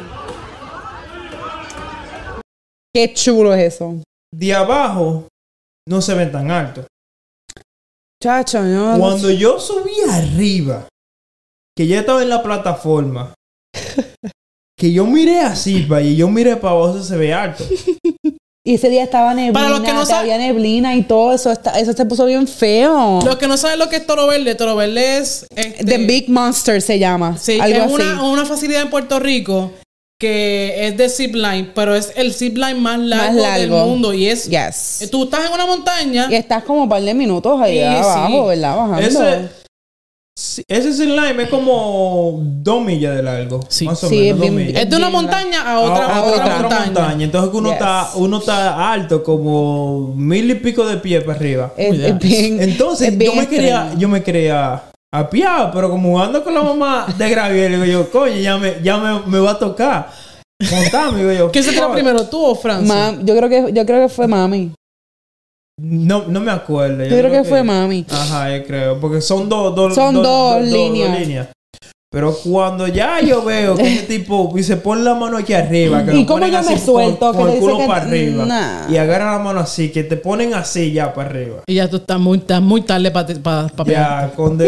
Speaker 3: Qué chulo es eso.
Speaker 1: De abajo no se ven tan altos.
Speaker 3: Chacho, no.
Speaker 1: Cuando yo subí arriba, que ya estaba en la plataforma, que yo miré así, pa, y yo miré para abajo, eso se ve alto.
Speaker 3: Y ese día estaba neblina,
Speaker 2: Para los que no
Speaker 3: que había
Speaker 2: saben-
Speaker 3: neblina y todo eso. está- eso se puso bien feo.
Speaker 2: Los que no saben lo que es Toro Verde, Toro Verde es... este,
Speaker 3: The Big Monster se llama.
Speaker 2: Sí,
Speaker 3: algo
Speaker 2: es
Speaker 3: así.
Speaker 2: una, una facilidad en Puerto Rico que es de zipline, pero es el zipline más largo,
Speaker 3: largo.
Speaker 2: del mundo. Y es...
Speaker 3: Yes.
Speaker 2: Tú estás en una montaña...
Speaker 3: Y estás como un par de minutos ahí
Speaker 2: Sí,
Speaker 3: abajo,
Speaker 2: sí.
Speaker 3: ¿verdad? Bajando.
Speaker 1: Ese, Sí, ese slime es como dos millas de largo.
Speaker 2: Sí.
Speaker 1: Más o
Speaker 3: Sí,
Speaker 1: menos,
Speaker 3: es
Speaker 1: dos
Speaker 3: bien-
Speaker 1: millas.
Speaker 2: Es de una
Speaker 3: Bien,
Speaker 2: montaña a otra,
Speaker 1: a,
Speaker 2: a otra, montaña.
Speaker 1: Entonces que uno,
Speaker 3: Yes.
Speaker 1: está, uno está alto, como mil y pico de pie para arriba.
Speaker 3: Es,
Speaker 2: Cuidado.
Speaker 3: es bien,
Speaker 1: Entonces
Speaker 3: es bien
Speaker 1: yo me quería,
Speaker 3: extremo.
Speaker 1: yo me quería apiar, pero como ando con la mamá de Graviel, digo yo, coño, ya me, ya me, me va a tocar montarme, digo yo.
Speaker 2: ¿Quién se tiró
Speaker 1: fuck.
Speaker 2: primero, tú o Francis?
Speaker 3: Mam, yo creo que yo creo que fue mami.
Speaker 1: No, no me acuerdo.
Speaker 3: Yo, creo, que, fue mami.
Speaker 1: Ajá, yo creo. Porque son dos dos
Speaker 3: Son
Speaker 1: dos-
Speaker 3: dos
Speaker 1: dos-
Speaker 3: líneas.
Speaker 1: líneas. Pero cuando ya yo veo que ese tipo y se pone la mano aquí arriba, que
Speaker 3: ¿Y
Speaker 1: lo
Speaker 3: cómo
Speaker 1: ponen
Speaker 3: yo me
Speaker 1: así
Speaker 3: suelto?
Speaker 1: con,
Speaker 3: Que
Speaker 1: con
Speaker 3: te
Speaker 1: el
Speaker 3: dice
Speaker 1: culo
Speaker 3: que-
Speaker 1: para arriba
Speaker 3: Nah.
Speaker 1: y agarran la mano así, que te ponen así ya para arriba.
Speaker 2: Y ya tú estás muy, estás muy tarde para pa, pa pegar.
Speaker 1: Ya, cuando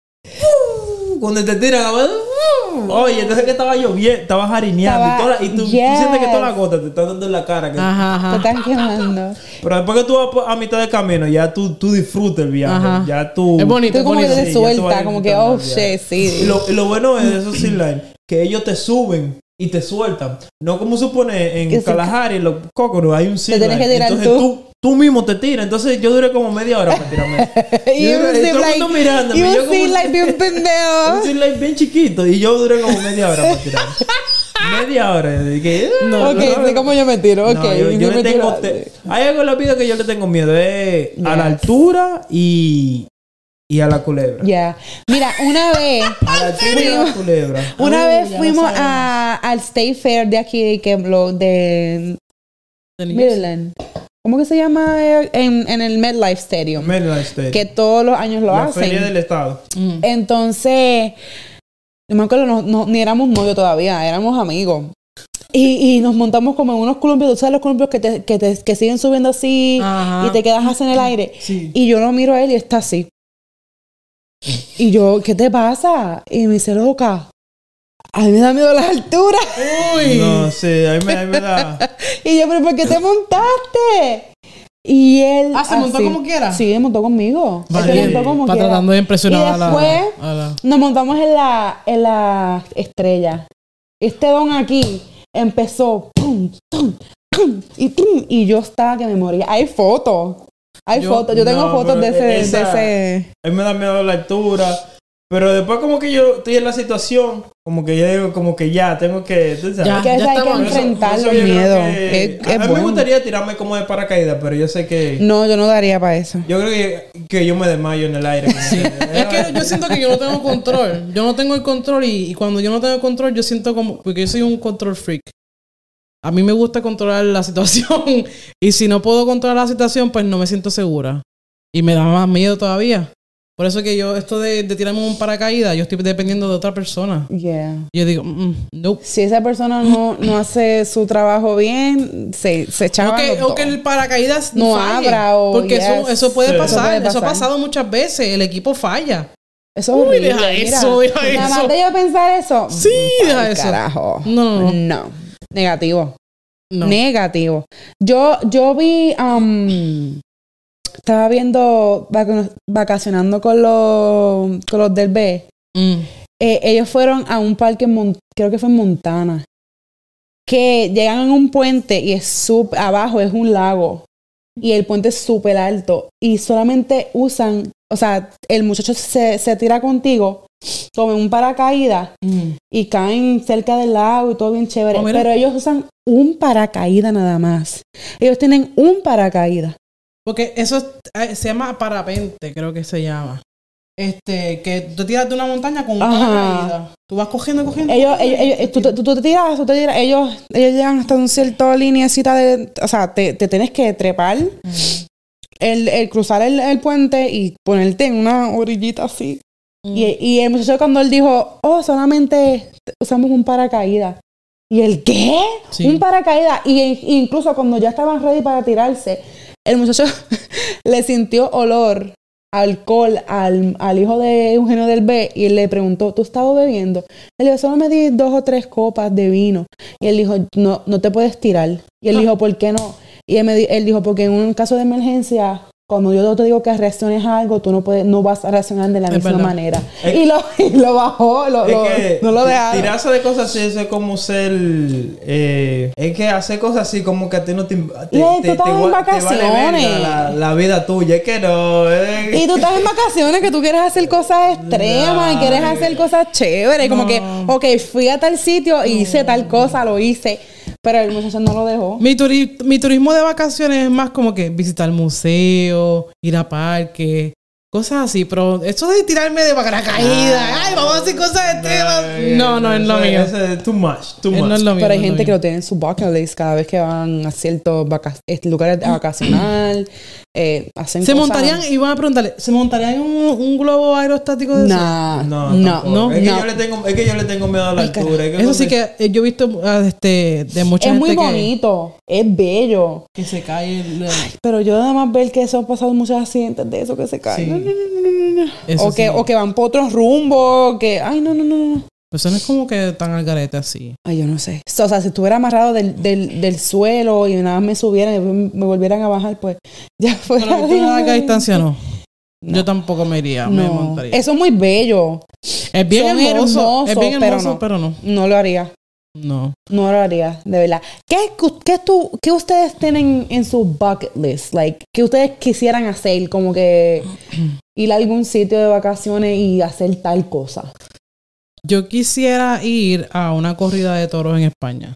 Speaker 1: uh, cuando te tiran a ver, uh, oye, entonces que estaba lloviendo, estaba jarineando y,
Speaker 3: Estaba-
Speaker 1: toda la- y tú, tú
Speaker 3: yes.
Speaker 1: sientes que todas las gotas te están dando en la cara. que-
Speaker 2: Ajá,
Speaker 3: Te
Speaker 2: ajá.
Speaker 3: están quemando.
Speaker 1: Pero después que tú vas a mitad de camino, ya tú, tú disfrutas el viaje.
Speaker 2: Ajá.
Speaker 1: Ya tú.
Speaker 2: Es bonito,
Speaker 3: Tú
Speaker 2: es
Speaker 3: como que
Speaker 2: bonito.
Speaker 3: te
Speaker 1: Sí, ya tú vas
Speaker 3: suelta, como que,
Speaker 1: disfrutando
Speaker 3: oh
Speaker 1: el viaje.
Speaker 3: shit, sí.
Speaker 1: Y lo, y lo bueno es de esos zipline que ellos te suben y te sueltan. No como supone en
Speaker 3: Que se-
Speaker 1: Kalahari, los Coconuts, hay un zipline.
Speaker 3: tienes que tirar
Speaker 1: Entonces
Speaker 3: tú.
Speaker 1: tú. tú mismo te tiras. Entonces yo duré como media hora para tirarme.
Speaker 3: Y
Speaker 1: Yo
Speaker 3: un
Speaker 1: duré- todo el mundo
Speaker 3: zipline,
Speaker 1: mirándome,
Speaker 3: y
Speaker 1: yo
Speaker 3: un
Speaker 1: como-
Speaker 3: zipline bien pendejo.
Speaker 1: un zipline bien chiquito y yo duré como media hora para tirarme. Media hora. Y dije,
Speaker 2: No,
Speaker 3: Ok,
Speaker 1: no,
Speaker 3: sé cómo yo me tiro. Ok,
Speaker 1: no, yo, yo
Speaker 3: yo
Speaker 1: le
Speaker 3: me
Speaker 1: tengo
Speaker 3: tiro.
Speaker 1: te- hay algo en la vida que yo le tengo miedo, es a la
Speaker 3: Yes.
Speaker 1: altura y, y a la culebra.
Speaker 3: Ya. Mira, una vez,
Speaker 1: A la altura y a la culebra.
Speaker 3: una
Speaker 2: Oh,
Speaker 3: vez
Speaker 2: ya lo
Speaker 3: fuimos
Speaker 2: sabemos.
Speaker 3: a, al State Fair de aquí, de, que, lo- de Maryland. ¿Cómo que se llama? eh, En, en el MetLife Stadium.
Speaker 1: Maryland State.
Speaker 3: Que todos los años lo
Speaker 1: la
Speaker 3: hacen.
Speaker 1: feria del estado.
Speaker 2: Mm.
Speaker 3: Entonces, no me acuerdo, no, no- ni éramos novios todavía, éramos amigos. Y, y nos montamos como en unos columpios, tú sabes los columpios que, te, que, te, que siguen subiendo así
Speaker 2: Ajá.
Speaker 3: y te quedas así en el aire.
Speaker 2: Sí.
Speaker 3: Y yo lo miro a él y está así. Y yo, ¿qué te pasa? Y me dice, loca, a mí me da miedo las alturas.
Speaker 2: Uy.
Speaker 1: No sé, a mí me, a mí me da.
Speaker 3: Y yo, ¿pero por qué te montaste? Y él.
Speaker 2: Ah, ¿se montó
Speaker 3: así.
Speaker 2: como quiera?
Speaker 3: Sí, se montó conmigo. Él se
Speaker 2: Valiente.
Speaker 3: montó como
Speaker 2: Para
Speaker 3: quiera.
Speaker 2: tratando de impresionar
Speaker 3: Y
Speaker 2: a la-
Speaker 3: después,
Speaker 2: a la-
Speaker 3: nos montamos en la, en la estrella. Este don aquí empezó pum, tum, pum, y, tum, y yo estaba que me moría. Hay fotos. Hay
Speaker 1: Yo-
Speaker 3: fotos. Yo tengo
Speaker 1: no,
Speaker 3: fotos de
Speaker 1: pero
Speaker 3: ese,
Speaker 1: esa-
Speaker 3: de ese.
Speaker 1: A mí me da miedo la altura. Pero después como que yo estoy en la situación, como que yo digo, como que ya, tengo que... ¿tú sabes?
Speaker 2: Ya,
Speaker 3: Que a veces hay que
Speaker 2: estamos-
Speaker 1: Por eso-
Speaker 3: enfrentar
Speaker 1: por eso
Speaker 3: los
Speaker 1: yo creo
Speaker 3: miedos.
Speaker 1: que-
Speaker 3: Es-
Speaker 1: a
Speaker 3: es
Speaker 1: a mí me
Speaker 3: bueno.
Speaker 1: gustaría tirarme como de paracaídas, pero yo sé que...
Speaker 3: No, yo no daría para eso.
Speaker 1: Yo creo que, que yo me desmayo en el aire. como que-
Speaker 2: Es que yo siento que yo no tengo control. Yo no tengo el control y, y cuando yo no tengo control, yo siento como... Porque yo soy un control freak. A mí me gusta controlar la situación. Y si no puedo controlar la situación, pues no me siento segura. Y me da más miedo todavía. Por eso que yo, esto de, de tirarme un paracaídas, yo estoy dependiendo de otra persona.
Speaker 3: Yeah.
Speaker 2: Yo digo, mm, nope.
Speaker 3: Si esa persona no, no hace su trabajo bien, se, se
Speaker 2: O
Speaker 3: echaba
Speaker 2: que,
Speaker 3: los
Speaker 2: o que
Speaker 3: dos.
Speaker 2: el paracaídas
Speaker 3: No
Speaker 2: falle.
Speaker 3: abra o-
Speaker 2: Porque eso,
Speaker 3: yes.
Speaker 2: eso puede
Speaker 1: Sí.
Speaker 2: pasar.
Speaker 3: Eso puede
Speaker 2: Eso ha
Speaker 3: pasar.
Speaker 2: pasado muchas veces. El equipo falla.
Speaker 3: Eso es
Speaker 2: Uy,
Speaker 3: horrible.
Speaker 2: deja
Speaker 3: mira.
Speaker 2: eso, deja
Speaker 3: Nada
Speaker 2: eso.
Speaker 3: más de yo pensar eso.
Speaker 2: Sí,
Speaker 3: pa'l
Speaker 2: deja eso.
Speaker 3: Carajo.
Speaker 2: No, no, no.
Speaker 3: No. Negativo.
Speaker 2: No.
Speaker 3: Negativo. Yo, yo vi, um, estaba viendo vac- vacacionando con los, con los del B.
Speaker 2: Mm.
Speaker 3: Eh, ellos fueron a un parque, en Mon- creo que fue en Montana, que llegan en un puente y es sup- abajo es un lago y el puente es súper alto y solamente usan, o sea, el muchacho se, se tira contigo como en un paracaídas
Speaker 2: Mm.
Speaker 3: y caen cerca del lago y todo bien chévere,
Speaker 2: Oh, mira.
Speaker 3: pero ellos usan un paracaídas nada más. Ellos tienen un paracaídas.
Speaker 2: Porque eso es- eh, se llama parapente, creo que se llama. Este, que tú tiras de una montaña con un
Speaker 3: Ajá.
Speaker 2: paracaídas. Tú vas cogiendo, cogiendo.
Speaker 3: Ellos,
Speaker 2: cogiendo,
Speaker 3: ellos, ellos- tú, tú- tú te tiras, tú te tiras, ellos, ellos llegan hasta un cierto lineecita de, o sea, te, te tienes que trepar,
Speaker 2: Mm.
Speaker 3: el, el cruzar el, el puente y ponerte en una orillita así.
Speaker 2: Mm.
Speaker 3: Y, y el muchacho cuando él dijo, oh, solamente usamos un paracaídas. ¿Y el qué?
Speaker 2: Sí.
Speaker 3: Un paracaídas. Y, y incluso cuando ya estaban ready para tirarse, el muchacho le sintió olor, alcohol al, al hijo de Eugenio del B y él le preguntó, ¿tú estabas bebiendo? Él dijo, solo me di dos o tres copas de vino. Y él dijo, no, no te puedes tirar. Y él
Speaker 2: Ah.
Speaker 3: dijo, ¿por qué no? Y él, me di- él dijo, porque en un caso de emergencia cuando yo te digo que reacciones a algo, tú no puedes, no vas a reaccionar de la
Speaker 2: Es
Speaker 3: misma
Speaker 2: verdad.
Speaker 3: manera.
Speaker 1: Es-
Speaker 3: y, lo, y lo bajó, lo,
Speaker 1: Es
Speaker 3: lo-
Speaker 1: que
Speaker 3: no lo dejaron.
Speaker 1: tirarse de cosas así, eso es como ser. Eh, es que hacer cosas así como que a ti no te. te,
Speaker 3: Y tú
Speaker 1: te,
Speaker 3: estás en
Speaker 1: va- te vale
Speaker 3: vacaciones.
Speaker 1: verga la, la vida tuya. Es que no. eh.
Speaker 3: Y tú estás en vacaciones que tú quieres hacer cosas extremas y
Speaker 1: No,
Speaker 3: quieres
Speaker 1: eh.
Speaker 3: hacer cosas chéveres. Como
Speaker 2: No.
Speaker 3: que, ok, fui a tal sitio y hice tal cosa, lo hice. Pero el muchacho no lo dejó.
Speaker 2: Mi, turi- mi turismo de vacaciones es más como que visitar museos, ir a parques, cosas así. Pero eso de tirarme de paracaídas, ay, vamos a hacer cosas extremas. No, no es lo
Speaker 1: Eso-
Speaker 2: mío.
Speaker 1: eso es too much. Too
Speaker 2: Eh,
Speaker 1: much.
Speaker 2: No es lo mío.
Speaker 3: Pero hay
Speaker 2: no es lo
Speaker 3: gente que
Speaker 2: mío.
Speaker 3: lo tiene en su bucket list cada vez que van a ciertos vaca- este, lugares a vacacional. eh, hacen
Speaker 2: Se
Speaker 3: cosas-
Speaker 2: montarían, y van a preguntarle, ¿se montarían en un, un globo aerostático de eso?
Speaker 3: Nah,
Speaker 1: No,
Speaker 3: no,
Speaker 1: tampoco.
Speaker 3: no,
Speaker 1: es, que
Speaker 3: no.
Speaker 1: yo le tengo, es que yo le tengo miedo a la
Speaker 3: Ay,
Speaker 1: altura. Es que
Speaker 2: Eso sí
Speaker 1: cuando-
Speaker 2: que eh, yo he visto ah, este, de mucha
Speaker 3: Es
Speaker 2: gente
Speaker 3: muy
Speaker 2: que,
Speaker 3: bonito, es bello.
Speaker 2: que se cae. el-
Speaker 3: Pero yo nada más ver que eso han pasado muchos accidentes de eso que se caen.
Speaker 2: Sí.
Speaker 3: No, no, no, no, no, no.
Speaker 2: Eso
Speaker 3: O, que,
Speaker 2: sí.
Speaker 3: o que van por otros rumbos, que... Ay, no, no, no, no.
Speaker 2: Pues eso no es como que tan al garete así.
Speaker 3: Ay, yo no sé. O sea, si estuviera amarrado del, del, del suelo y nada más me subieran y después me volvieran a bajar, pues ya fuera.
Speaker 2: Pero tú a larga distancia no.
Speaker 3: No.
Speaker 2: Yo tampoco me iría, me
Speaker 3: No,
Speaker 2: montaría.
Speaker 3: eso es muy bello.
Speaker 2: Es bien
Speaker 3: son
Speaker 2: hermoso,
Speaker 3: hermosos,
Speaker 2: es bien
Speaker 3: pero
Speaker 2: hermoso,
Speaker 3: no.
Speaker 2: pero no.
Speaker 3: No lo haría.
Speaker 2: No.
Speaker 3: No lo haría, de verdad. ¿Qué, qué, tú, qué ustedes tienen en su bucket list? Like, ¿qué ustedes quisieran hacer? Como que ir a algún sitio de vacaciones y hacer tal cosa.
Speaker 2: Yo quisiera ir a una corrida de toros en España.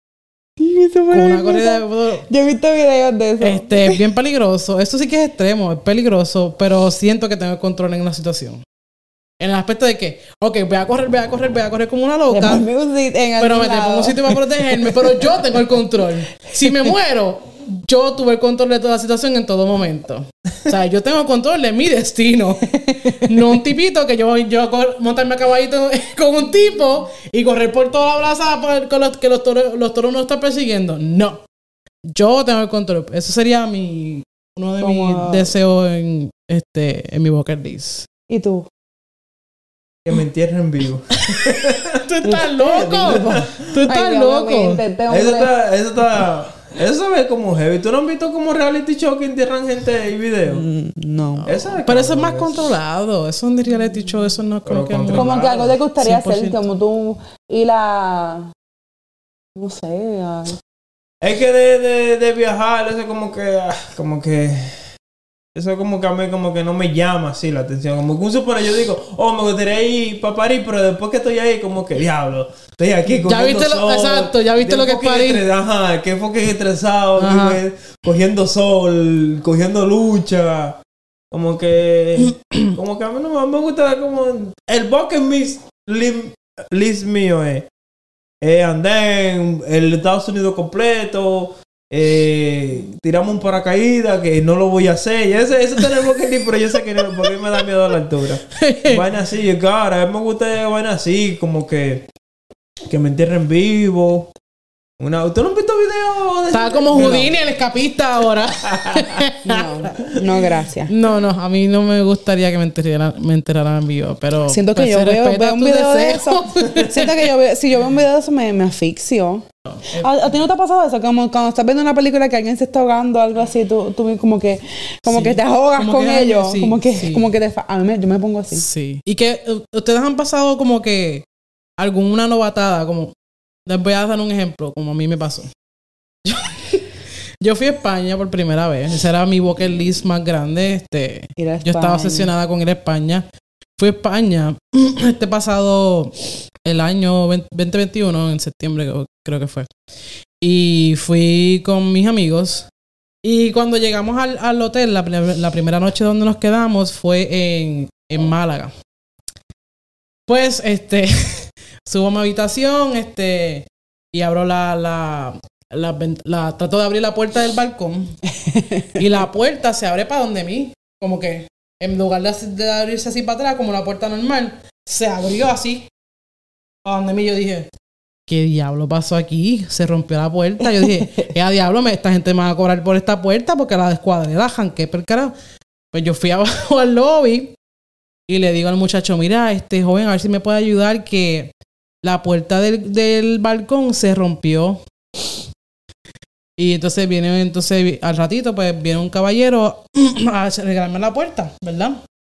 Speaker 3: Con
Speaker 2: Con una corrida de toros.
Speaker 3: Yo he visto videos de eso.
Speaker 2: Este, es bien peligroso. Esto sí que es extremo, es peligroso, pero siento que tengo el control en la situación. En el aspecto de que, ok, voy a correr, voy a correr, voy a correr como una loca,
Speaker 3: Dejarme un sitio en
Speaker 2: pero
Speaker 3: algún
Speaker 2: me
Speaker 3: lado.
Speaker 2: pongo un sitio para protegerme, pero yo tengo el control. Si me muero, yo tuve el control de toda la situación en todo momento. O sea, yo tengo el control de mi destino. No un tipito que yo voy yo a cor- montarme a caballito con un tipo y correr por toda la plaza por- con los, que los toros, los toros no están persiguiendo. No. Yo tengo el control. Eso sería mi uno de
Speaker 3: Como-
Speaker 2: mis deseos en, este, en mi bucket list.
Speaker 3: ¿Y tú?
Speaker 1: Que me entierren vivo.
Speaker 2: ¡Tú estás loco! ¡Tú estás
Speaker 3: Ay,
Speaker 2: loco!
Speaker 3: obviamente, este
Speaker 1: Eso
Speaker 3: hombre-
Speaker 1: está, eso está, eso se ve como heavy. ¿Tú no has visto como reality show que entierran gente y video?
Speaker 3: Mm, No.
Speaker 1: Eso es
Speaker 2: Pero eso es más
Speaker 1: cabrón,
Speaker 2: controlado. Eso es un reality show. Eso no es como
Speaker 1: Pero
Speaker 2: que...
Speaker 1: contra-
Speaker 3: Como que algo te gustaría
Speaker 2: cien por
Speaker 3: hacer,
Speaker 2: ciento.
Speaker 3: como tú ir a... No sé, a...
Speaker 1: Es que de, de, de viajar, eso es como que, ah, como que, eso es como que a mí como que no me llama así la atención. Como que un supone, yo digo, oh, me gustaría ir para París, pero después que estoy ahí, como que, diablo, estoy aquí
Speaker 2: Ya
Speaker 1: cogiendo
Speaker 2: viste lo-
Speaker 1: sol.
Speaker 2: exacto, ya viste
Speaker 1: de
Speaker 2: lo que es
Speaker 1: fucking
Speaker 2: París.
Speaker 1: estres- Ajá, que fucking estresado,
Speaker 2: Ajá.
Speaker 1: que- cogiendo sol, cogiendo lucha. Como que, como que a mí no me- me gusta como, el bucket list, lim- list mío es, eh, andé en el Estados Unidos completo, eh, tiramos un paracaídas que no lo voy a hacer. Y ese, ese tenemos que ir, pero yo sé que no, porque a mí me da miedo a la altura. Vaina así, cara, a mí me gusta vaina así, como que, que me entierren vivo. Una, ¿Usted no han visto videos de
Speaker 2: Está como Houdini, el escapista ahora.
Speaker 3: No, no, gracias.
Speaker 2: No, no, a mí no me gustaría que me enterraran, me enterraran vivo, pero...
Speaker 3: Siento que
Speaker 2: pues,
Speaker 3: yo
Speaker 2: se
Speaker 3: veo,
Speaker 2: respeta
Speaker 3: veo un
Speaker 2: tu
Speaker 3: video de
Speaker 2: deseo.
Speaker 3: eso. Siento que yo veo, si yo veo un video de eso me, me asfixio. ¿A, a ti no te ha pasado eso? Como cuando estás viendo una película que alguien se está ahogando o algo así, tú, tú como que como
Speaker 2: Sí.
Speaker 3: que te ahogas
Speaker 2: Como
Speaker 3: con
Speaker 2: que, ay,
Speaker 3: ellos.
Speaker 2: sí,
Speaker 3: como que,
Speaker 2: sí.
Speaker 3: como que te fa- a mí me, yo me pongo así.
Speaker 2: Sí. Y que uh, ustedes han pasado como que alguna novatada, como... Les voy a dar un ejemplo, como a mí me pasó. Yo, yo fui a España por primera vez. Ese era mi bucket list más grande. Este,
Speaker 3: Ir a
Speaker 2: yo estaba
Speaker 3: España.
Speaker 2: obsesionada con ir a España. Fui a España este pasado el año veinte veintiuno, en septiembre creo- creo que fue. Y fui con mis amigos. Y cuando llegamos al, al hotel, la, prim- la primera noche donde nos quedamos fue en, en Málaga. Pues, este, subo a mi habitación, este, y abro la, la, la, ven- la- trato de abrir la puerta del balcón. Y la puerta se abre para donde mí. Como que, en lugar de, así- de abrirse así para atrás, como la puerta normal, se abrió así. Para donde mí yo dije, ¿qué diablo pasó aquí? Se rompió la puerta. Yo dije, ¿qué a diablo? Me, esta gente me va a cobrar por esta puerta porque la descuadré, la janqué por carajo. Pues yo fui abajo al lobby y le digo al muchacho, mira, este joven, a ver si me puede ayudar, que la puerta del, del balcón se rompió. Y entonces viene, entonces al ratito, pues viene un caballero a regalarme la puerta, ¿verdad?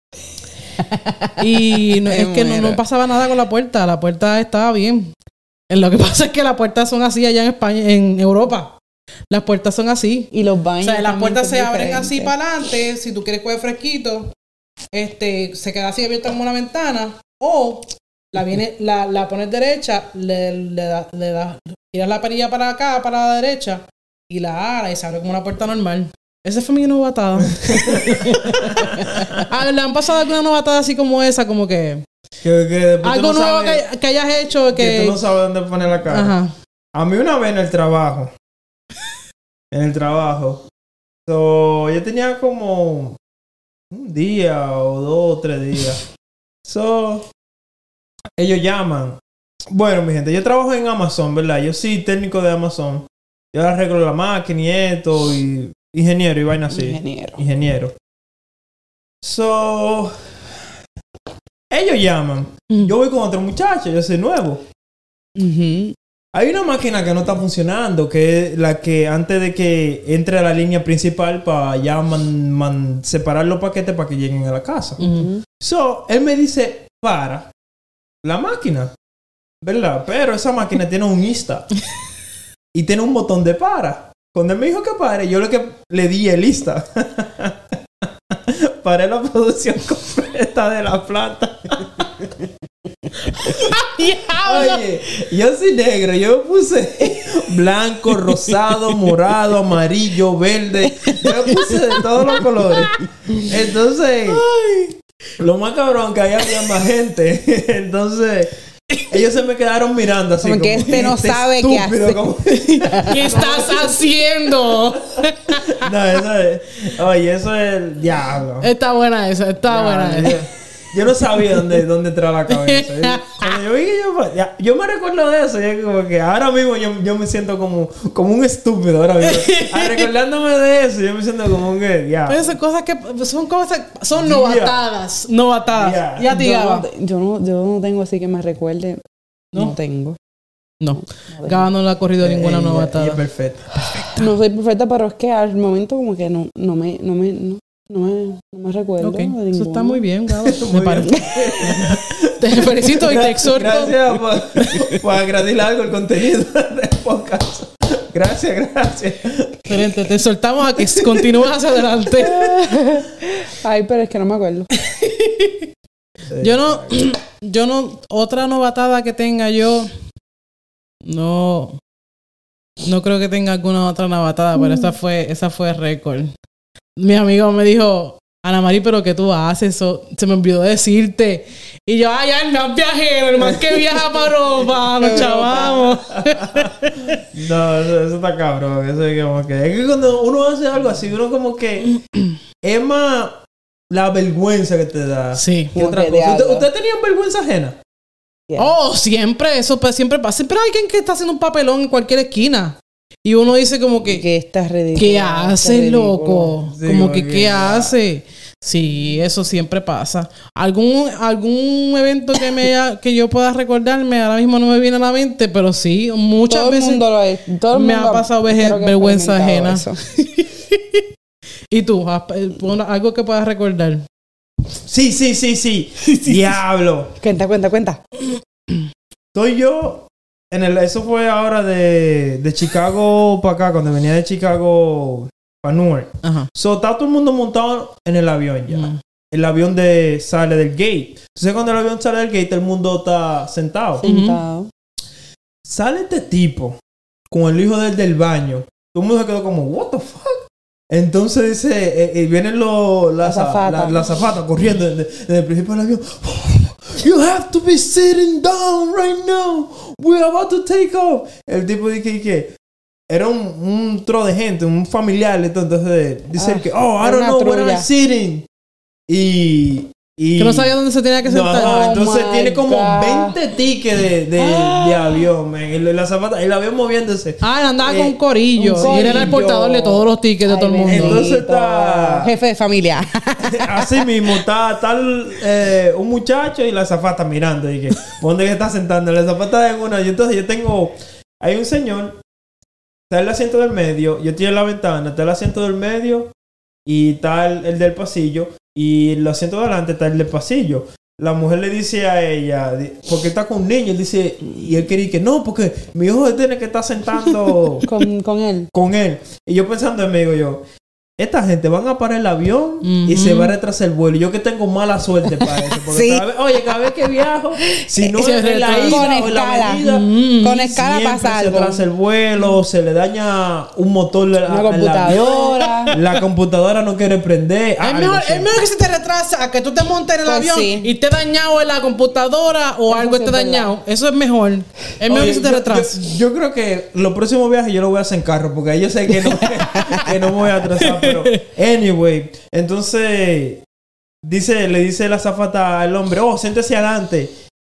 Speaker 2: Y no, es que no, no pasaba nada con la puerta. La puerta estaba bien. Lo que pasa es que las puertas son así allá en España, en Europa. Las puertas son así.
Speaker 3: Y los baños.
Speaker 2: O sea, las puertas se abren
Speaker 3: diferentes.
Speaker 2: así para adelante. Si tú quieres coger fresquito, este, se queda así abierta como una ventana. O la viene, la, la pones derecha, le, le da, le da, tiras la perilla para acá, para la derecha, y la ala y se abre como una puerta normal. Esa fue mi novatada. A ver, ¿le han pasado alguna novatada así como esa? Como que...
Speaker 1: Que, que después
Speaker 2: algo
Speaker 1: tú no
Speaker 2: nuevo
Speaker 1: sabes,
Speaker 2: que, que hayas hecho que...
Speaker 1: que tú no sabes dónde poner la cara.
Speaker 2: Ajá.
Speaker 1: A mí una vez en el trabajo. En el trabajo. So, yo tenía como un día o dos o tres días. So, ellos llaman. Bueno, mi gente, yo trabajo en Amazon, ¿verdad? Yo soy técnico de Amazon. Yo arreglo la máquina y esto, y ingeniero y vaina así.
Speaker 3: Ingeniero.
Speaker 1: Ingeniero. So, ellos llaman.
Speaker 2: Mm.
Speaker 1: Yo voy con otro muchacho, yo soy nuevo.
Speaker 3: Ujú.
Speaker 1: Hay una máquina que no está funcionando, que es la que antes de que entre a la línea principal para ya man- man- separar los paquetes para que lleguen a la casa.
Speaker 2: Ujú.
Speaker 1: So, él me dice, para la máquina, ¿verdad? Pero esa máquina tiene un Insta y tiene un botón de para. Cuando él me dijo que pare, yo lo que le di el Insta. Paré la producción completa de la planta.
Speaker 2: ¡Diablo!
Speaker 1: Oye, yo soy negro, yo me puse blanco, rosado, morado, amarillo, verde. Yo me puse de todos los colores. Entonces, lo más cabrón que ahí había más gente. Entonces, ellos se me quedaron mirando así
Speaker 3: Como que este no sabe qué
Speaker 1: estúpido,
Speaker 3: hace.
Speaker 1: como-
Speaker 2: ¿Qué estás haciendo?
Speaker 1: No, eso es... Oye, eso es el diablo.
Speaker 2: Está buena esa, está buena
Speaker 1: Diablo,
Speaker 2: esa.
Speaker 1: yo, yo no sabía dónde, dónde entraba la cabeza. Yo- Cuando yo vi que yo... ya, yo me recuerdo de eso. Y como que ahora mismo yo, yo me siento como, como un estúpido. Ahora mismo. Ah, recordándome de eso, yo me siento como un... que, ya.
Speaker 2: Pero son cosas que son cosas, son
Speaker 1: Yeah.
Speaker 2: novatadas, novatadas.
Speaker 1: Yeah.
Speaker 2: Ya te
Speaker 3: Yo
Speaker 2: Gaba.
Speaker 3: no, te- yo, no, yo no tengo así que me recuerde.
Speaker 2: ¿No?
Speaker 3: No, tengo.
Speaker 2: No,
Speaker 3: No tengo.
Speaker 2: Gaba no le ha corrido ninguna
Speaker 1: Ella- ella
Speaker 2: novatada.
Speaker 1: es perfecta.
Speaker 3: No soy perfecta, pero es que al momento como que no, no me, no me, no, no me, no me recuerdo.
Speaker 2: Ok,
Speaker 3: de
Speaker 2: eso
Speaker 3: ninguna.
Speaker 2: está muy bien, Gaba.
Speaker 1: Muy
Speaker 2: Me parece.
Speaker 1: bien.
Speaker 2: Te felicito y te exhorto.
Speaker 1: Gracias por, por agradecer algo el contenido del podcast. Gracias, gracias.
Speaker 2: Excelente, te soltamos a que continúes hacia adelante.
Speaker 3: Ay, pero es que no me acuerdo.
Speaker 2: Yo no, yo no, otra novatada que tenga yo, no, no creo que tenga alguna otra novatada, pero esa fue, esa fue récord. Mi amigo me dijo, Ana María, pero ¿qué tú haces? Eso, se me olvidó decirte. Y yo, ay, el más viajero, el más que viaja para Europa, nos chavamos.
Speaker 1: No, eso, eso está cabrón. Eso es como que... Es que cuando uno hace algo así, uno como que... Es más la vergüenza que te da.
Speaker 2: Sí.
Speaker 1: que
Speaker 3: Como
Speaker 1: otra
Speaker 3: que
Speaker 1: cosa. ¿Usted,
Speaker 3: diablo.
Speaker 1: ¿Usted tenía vergüenza ajena?
Speaker 3: Yeah.
Speaker 2: Oh, siempre, eso pues, siempre pasa. Siempre hay alguien que está haciendo un papelón en cualquier esquina. Y uno dice como que...
Speaker 3: Que está ridículo.
Speaker 2: ¿Qué
Speaker 3: está
Speaker 2: hace,
Speaker 3: ridículo.
Speaker 2: loco?
Speaker 1: Sí,
Speaker 2: como que,
Speaker 1: porque
Speaker 2: ¿qué
Speaker 1: ya.
Speaker 2: hace? Sí, eso siempre pasa. ¿Algún, algún evento que me haya- que yo pueda recordarme? Ahora mismo no me viene a la mente, pero sí, muchas
Speaker 3: Todo el
Speaker 2: veces.
Speaker 3: mundo lo es. Todo el
Speaker 2: me
Speaker 3: mundo
Speaker 2: ha pasado veje-
Speaker 3: creo que ha
Speaker 2: vergüenza
Speaker 3: experimentado
Speaker 2: ajena.
Speaker 3: eso.
Speaker 2: ¿Y tú? ¿Has- eh, pon algo que puedas recordar?
Speaker 1: Sí, sí, sí, sí. Diablo.
Speaker 3: Cuenta, cuenta, cuenta.
Speaker 1: Estoy yo... En el, eso fue ahora de, de Chicago para acá, cuando venía de Chicago para Newark.
Speaker 2: Ajá.
Speaker 1: So, está todo el mundo montado en el avión ya.
Speaker 2: Mm.
Speaker 1: El avión de, sale del gate. Entonces, cuando el avión sale del gate, el mundo está sentado.
Speaker 3: Sentado.
Speaker 1: Sale este tipo con el hijo del del baño. Todo el mundo se quedó como, what the fuck? Entonces dice, eh, eh, vienen los la,
Speaker 3: La azafata.
Speaker 1: la, la azafata corriendo desde, desde el principio del avión. You have to be sitting down right now. We're about to take off. El tipo dice que era un, un tro de gente, un familiar. Entonces dice
Speaker 3: Ah,
Speaker 1: que, oh, I
Speaker 3: era
Speaker 1: don't
Speaker 3: una
Speaker 1: know where
Speaker 3: trulla.
Speaker 1: I'm sitting. Y, y
Speaker 2: Que no sabía dónde se tenía que
Speaker 1: no,
Speaker 2: sentar.
Speaker 1: ajá,
Speaker 3: Oh
Speaker 1: entonces
Speaker 3: my
Speaker 1: tiene como
Speaker 3: God.
Speaker 1: veinte tickets de, de,
Speaker 3: Ah.
Speaker 1: de avión, man. El, la zapata, el avión moviéndose.
Speaker 2: Ah, él andaba
Speaker 1: Eh,
Speaker 2: con un corillo.
Speaker 3: un
Speaker 2: Y él era el
Speaker 3: corillo.
Speaker 2: portador de todos los tickets de
Speaker 3: Ay,
Speaker 2: todo el mundo.
Speaker 3: bendito.
Speaker 1: Entonces está-
Speaker 3: Jefe de familia.
Speaker 1: Así mismo, está tal eh, un muchacho y la azafata mirando. Y que, ¿dónde que está sentando? La azafata en una. Y entonces yo tengo. Hay un señor está el asiento del medio, yo estoy en la ventana, está el asiento del medio y está el, el del pasillo y el asiento de adelante está el del pasillo. La mujer le dice a ella, porque está con un niño, él dice, y él quería que no, porque mi hijo tiene que estar sentando
Speaker 3: con, con él.
Speaker 1: Con él. Y yo pensando en mí, digo yo, esta gente van a parar el avión uh-huh. y se va a retrasar el vuelo. Yo que tengo mala suerte para eso. Porque sí. cada vez, oye, cada vez que viajo, si no es en la isla
Speaker 3: con
Speaker 1: o en
Speaker 3: escala.
Speaker 1: la avenida,
Speaker 3: mm. con escala pasa algo.
Speaker 1: Se retrasa el vuelo, se le daña un motor
Speaker 3: la, Una computadora.
Speaker 1: Avión, la computadora no quiere prender.
Speaker 2: Es mejor, es mejor que se te retrasa a que tú te montes en el pues avión sí. y te dañado en la computadora o eso algo esté dañado. Eso es mejor. Es mejor oye, que se te retrase.
Speaker 1: Yo, yo, yo creo que los próximos viajes yo lo voy a hacer en carro porque yo sé que no, que no me voy a atrasar. Pero anyway, entonces dice, le dice la azafata al hombre, oh, siéntese adelante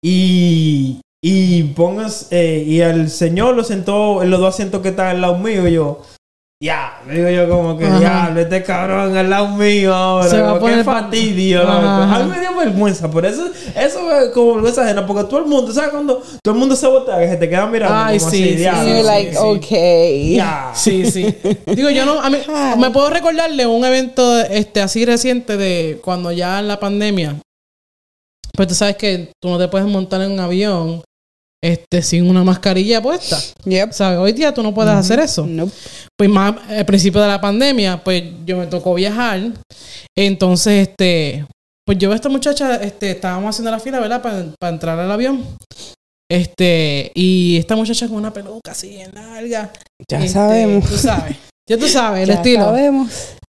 Speaker 1: y y pongas eh, y al señor lo sentó en los dos asientos que están al lado mío y yo ya, me digo yo como que ya, este cabrón al lado mío ahora,
Speaker 2: se va
Speaker 1: como, qué fastidio. A mí me dio vergüenza, por eso eso es como vergüenza ajena, porque todo el mundo, ¿sabes? Cuando todo el mundo se voltea, que se te queda mirando.
Speaker 2: Ay,
Speaker 1: como
Speaker 2: sí,
Speaker 1: así,
Speaker 2: sí,
Speaker 1: ya,
Speaker 3: sí. You're like,
Speaker 1: sí,
Speaker 3: okay.
Speaker 1: Ya.
Speaker 2: Sí, sí. Digo, yo no, a mí, me puedo recordarle un evento este así reciente de cuando ya en la pandemia, pues tú sabes que tú no te puedes montar en un avión Este, sin una mascarilla puesta.
Speaker 3: Yep.
Speaker 2: ¿Sabes? Hoy día tú no puedes mm-hmm. hacer eso.
Speaker 3: Nope.
Speaker 2: Pues más al principio de la pandemia, pues yo me tocó viajar. Entonces, este, pues yo a esta muchacha, este, estábamos haciendo la fila, ¿verdad? Para, para entrar al avión. Este, y esta muchacha con una peluca así en larga.
Speaker 3: Ya
Speaker 2: este,
Speaker 3: sabemos.
Speaker 2: Tú sabes. Ya tú sabes, el
Speaker 3: ya
Speaker 2: estilo.
Speaker 3: Ya sabemos.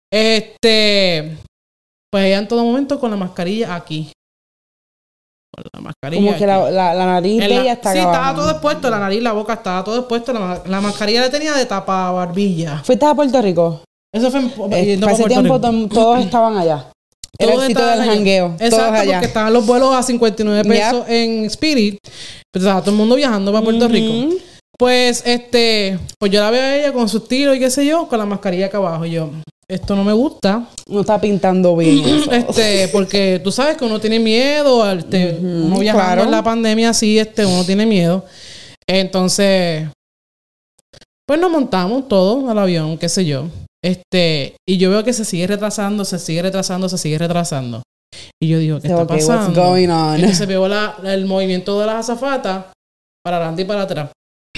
Speaker 2: Este, pues ella en todo momento con la mascarilla aquí. Con la mascarilla.
Speaker 3: Como que la, la, la nariz de
Speaker 2: la,
Speaker 3: ella está
Speaker 2: sí,
Speaker 3: acabada.
Speaker 2: estaba todo expuesto, la nariz, la boca estaba todo expuesto. La, la mascarilla la tenía de tapa barbilla.
Speaker 3: ¿Fuiste a Puerto Rico?
Speaker 2: Eso fue en,
Speaker 3: eh, para ese tiempo to- todos estaban allá. Era el sitio del jangueo.
Speaker 2: Exacto,
Speaker 3: todos allá.
Speaker 2: porque estaban los vuelos a cincuenta y nueve pesos yep. en Spirit. Pero estaba todo el mundo viajando para Puerto mm-hmm. Rico. Pues, este, pues yo la veo a ella con su estilo y qué sé yo, con la mascarilla acá abajo. Y yo, esto no me gusta.
Speaker 3: No está pintando bien eso.
Speaker 2: Este, porque tú sabes que uno tiene miedo, este, mm-hmm, uno viajando claro. en la pandemia así, este, uno tiene miedo. Entonces, pues nos montamos todos al avión, qué sé yo. Este, y yo veo que se sigue retrasando, se sigue retrasando, se sigue retrasando. Y yo digo, ¿qué so, está okay, pasando?
Speaker 3: What's going on?
Speaker 2: Entonces veo la, el movimiento de las azafatas para adelante y para atrás.